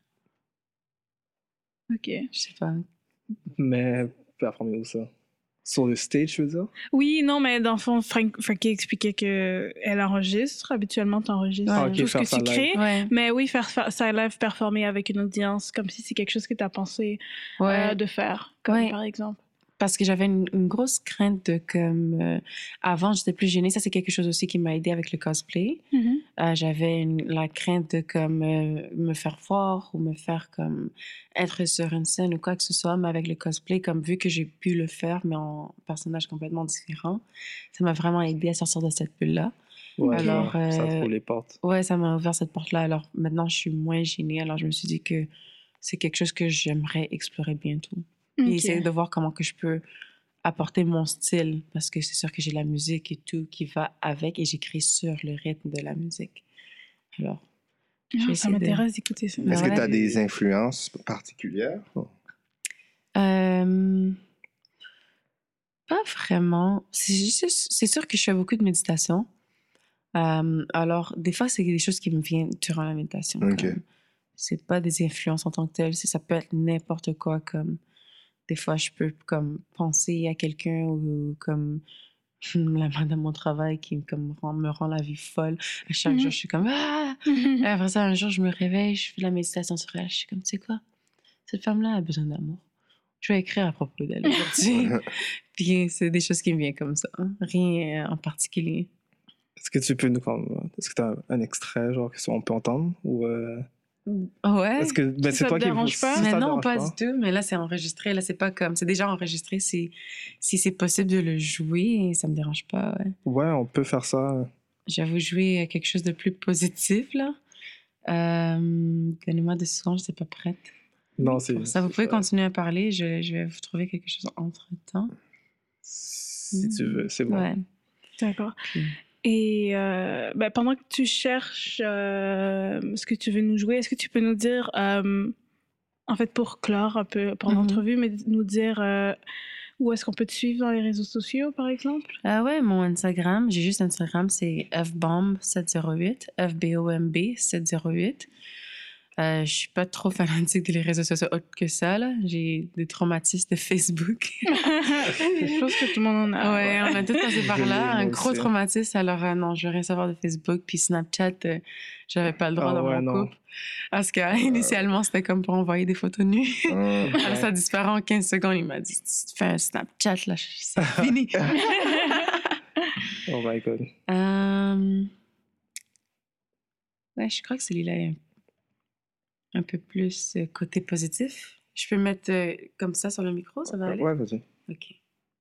OK. Je sais pas. Mais, performer où ça? Sur le stage, je veux dire? Oui, non, mais dans le fond, Frankie expliquait qu'elle enregistre. Habituellement, tu enregistres Ah, ok, tout ce faire que ça tu live. crées. Ouais. Mais oui, faire ça live, performer avec une audience, comme si c'est quelque chose que tu as pensé Ouais. de faire, comme Ouais. par exemple. Parce que j'avais une grosse crainte de comme... avant, j'étais plus gênée. Ça, c'est quelque chose aussi qui m'a aidé avec le cosplay. J'avais la crainte de comme me faire voir ou me faire comme être sur une scène ou quoi que ce soit, mais avec le cosplay, comme vu que j'ai pu le faire, mais en personnage complètement différent, ça m'a vraiment aidé à sortir de cette bulle-là. Ouais, Alors, ça te roule les portes. Ouais, ça m'a ouvert cette porte-là. Alors maintenant, je suis moins gênée. Alors je me suis dit que c'est quelque chose que j'aimerais explorer bientôt. Et Ok. essayer de voir comment que je peux apporter mon style, parce que c'est sûr que j'ai la musique et tout qui va avec, et j'écris sur le rythme de la musique. Alors, Ah, ça essayer de- m'intéresse d'écouter ça. Est-ce que Ouais. tu as des influences particulières? Pas vraiment. C'est sûr que je fais beaucoup de méditation. Alors, des fois, c'est des choses qui me viennent durant la méditation. Ok. Comme, c'est pas des influences en tant que telles, ça peut être n'importe quoi. Comme, des fois, je peux comme penser à quelqu'un ou comme la madame au travail qui comme, me rend la vie folle. À chaque jour, je suis comme « Ah! » Et après ça, un jour, je me réveille, je fais de la méditation sur elle. Je suis comme « Tu sais quoi? Cette femme-là a besoin d'amour. Je vais écrire à propos d'elle aujourd'hui. » Puis c'est des choses qui me viennent comme ça. Hein. Rien en particulier. Est-ce que tu peux nous... Est-ce que tu as un extrait, genre, qu'on peut entendre? Ou... Ouais. Est-ce que... Ben, Si c'est ça toi te qui... dérange pas? si Mais ça te non, dérange pas du tout. Mais là, c'est enregistré. Là, c'est pas comme... C'est déjà enregistré. Si c'est possible de le jouer, ça me dérange pas, ouais. Ouais, on peut faire ça. Je vais vous jouer quelque chose de plus positif, là. Donnez-moi 2 secondes, je suis pas prête. Non, c'est... Pour ça, vous pouvez continuer à parler. Je vais vous trouver quelque chose entre-temps. Si tu veux, c'est bon. Ouais. D'accord. Mm. Et ben, pendant que tu cherches ce que tu veux nous jouer, est-ce que tu peux nous dire, en fait, pour clore un peu pour Mhm. l'entrevue, mais nous dire où est-ce qu'on peut te suivre dans les réseaux sociaux, par exemple? Ouais, mon Instagram, j'ai juste Instagram, c'est fbomb708, FBOMB 708. Je suis pas trop fanatique des réseaux sociaux autre que ça, là. J'ai des traumatismes de Facebook. Des choses que tout le monde en a. Ouais, on a tous passé par Je l'ai, là. moi Un gros aussi. traumatisme. Alors, non, je veux rien savoir de Facebook. Puis Snapchat, j'avais pas le droit Ah dans ouais, mon non. couple. Parce qu'initialement, c'était comme pour envoyer des photos nues. Alors, ça disparaît en 15 secondes. Il m'a dit, tu fais un Snapchat, là, c'est fini. Oh my god. Ouais, je crois que celui-là est un peu plus côté positif. Je peux mettre comme ça sur le micro, ça va aller? Ouais, vas-y. OK.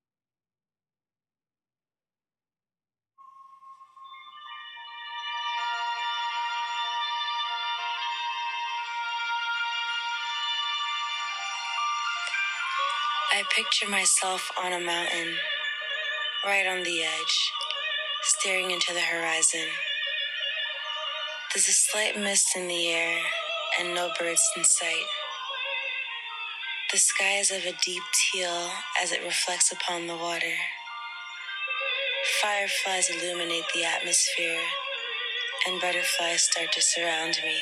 I picture myself on a mountain, right on the edge, staring into the horizon. There's a slight mist in the air and no birds in sight. The sky is of a deep teal as it reflects upon the water. Fireflies illuminate the atmosphere, and butterflies start to surround me.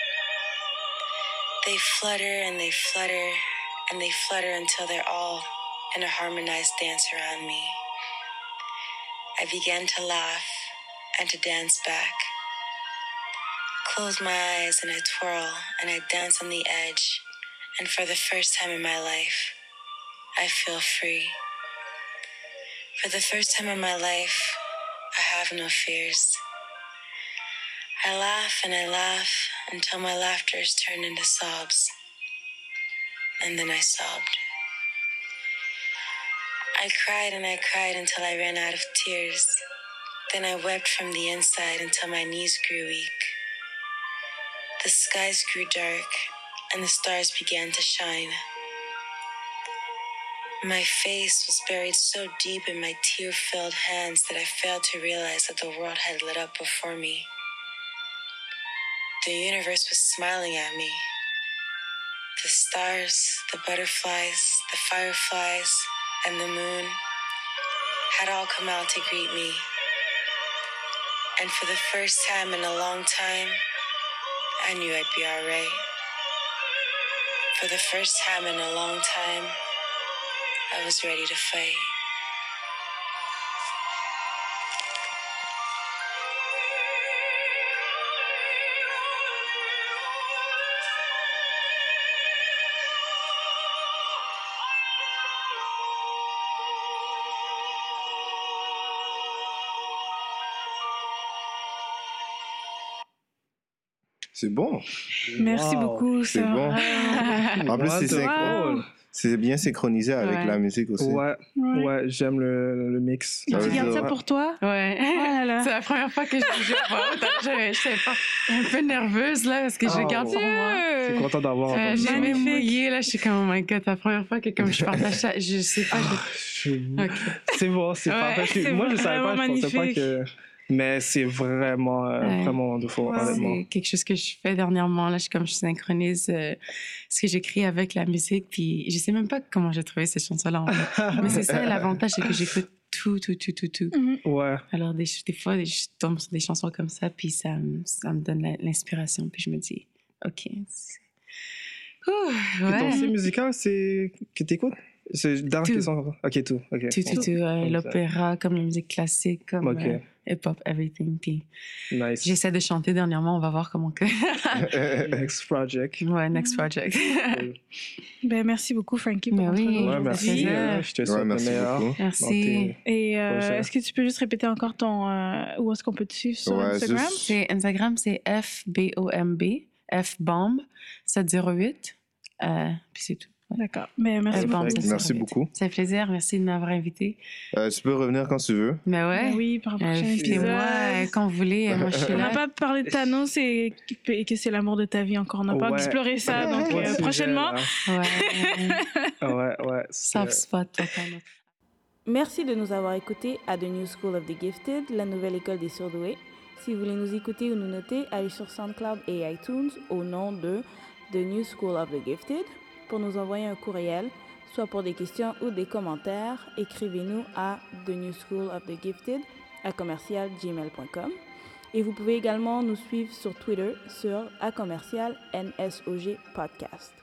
They flutter and they flutter and they flutter until they're all in a harmonized dance around me. I began to laugh and to dance back. Close my eyes and I twirl and I dance on the edge, and for the first time in my life, I feel free. For the first time in my life, I have no fears. I laugh and I laugh until my laughter is turned into sobs. And then I sobbed. I cried and I cried until I ran out of tears. Then I wept from the inside until my knees grew weak. The skies grew dark and the stars began to shine. My face was buried so deep in my tear-filled hands that I failed to realize that the world had lit up before me. The universe was smiling at me. The stars, the butterflies, the fireflies, and the moon had all come out to greet me. And for the first time in a long time, I knew I'd be all right. For the first time in a long time, I was ready to fight. C'est bon. Merci Wow. beaucoup. C'est ça va bon. vraiment- En plus, c'est Wonderful. c'est bien synchronisé avec Ouais. la musique aussi. Ouais, Ouais. ouais, j'aime le mix. Et Ça tu veut gardes dire, ça ouais. pour toi? Ouais. Oh là là. C'est la première fois que je joue pas. Je sais pas. Un peu nerveuse, là, parce que je Oh. garde pour moi. Je suis content d'avoir entendu J'ai ça. même Magnifique. mouillé, là. Je suis comme, oh my god, c'est la première fois que comme je partage ça. Je sais pas. Ok. C'est bon, c'est Ouais, parfait. c'est Moi, je savais pas, vraiment je pensais pas magnifique. que... Mais c'est vraiment, Ouais. vraiment wonderful, honnêtement. C'est quelque chose que je fais dernièrement. Là, je synchronise ce que j'écris avec la musique. Puis je sais même pas comment j'ai trouvé cette chanson-là. En fait. Mais c'est ça, l'avantage, c'est que j'écoute tout. Ouais. Alors, des fois, je tombe sur des chansons comme ça, puis ça me donne l'inspiration. Puis je me dis, OK. Ouh, Et ton ouais. style musical, c'est que t'écoutes? C'est dans Tout. quels sons? Ok, tout. Ok. Tout. Comme L'opéra, comme la musique classique, comme Ok. hip-hop, everything. Puis Nice. j'essaie de chanter dernièrement, on va voir comment que... Next project. Ouais, next project. Ben, merci beaucoup, Frankie, pour Mais notre oui. entrevue Ouais, Ça merci. faisait. Je te Ouais, souhaite le merci meilleur. beaucoup. Merci. Et Prochain. est-ce que tu peux juste répéter encore ton... où est-ce qu'on peut te suivre sur Ouais, Instagram? juste- C'est Instagram, c'est FBOMB, FBOMB 708. Puis c'est tout. Ouais. D'accord. Ben, merci Bon, beaucoup. ça, Merci ça va beaucoup. Ça fait plaisir, merci de m'avoir invité. Tu peux revenir quand tu veux. Mais ouais. Ben oui, pour un prochain Puis épisode. moi, quand vous voulez, moi je suis On n'a là. pas parlé de Thanos et que c'est l'amour de ta vie encore. On n'a pas Ouais. exploré ça. Ouais, Donc, ouais, sujet, prochainement. là. Ouais. Ouais. Soft spot pour Thanos. Merci de nous avoir écoutés à The New School of the Gifted, la nouvelle école des surdoués. Si vous voulez nous écouter ou nous noter, allez sur SoundCloud et iTunes au nom de The New School of the Gifted. Pour nous envoyer un courriel, soit pour des questions ou des commentaires, écrivez-nous à The New School of the Gifted @gmail.com. Et vous pouvez également nous suivre sur Twitter sur @NSOG Podcast.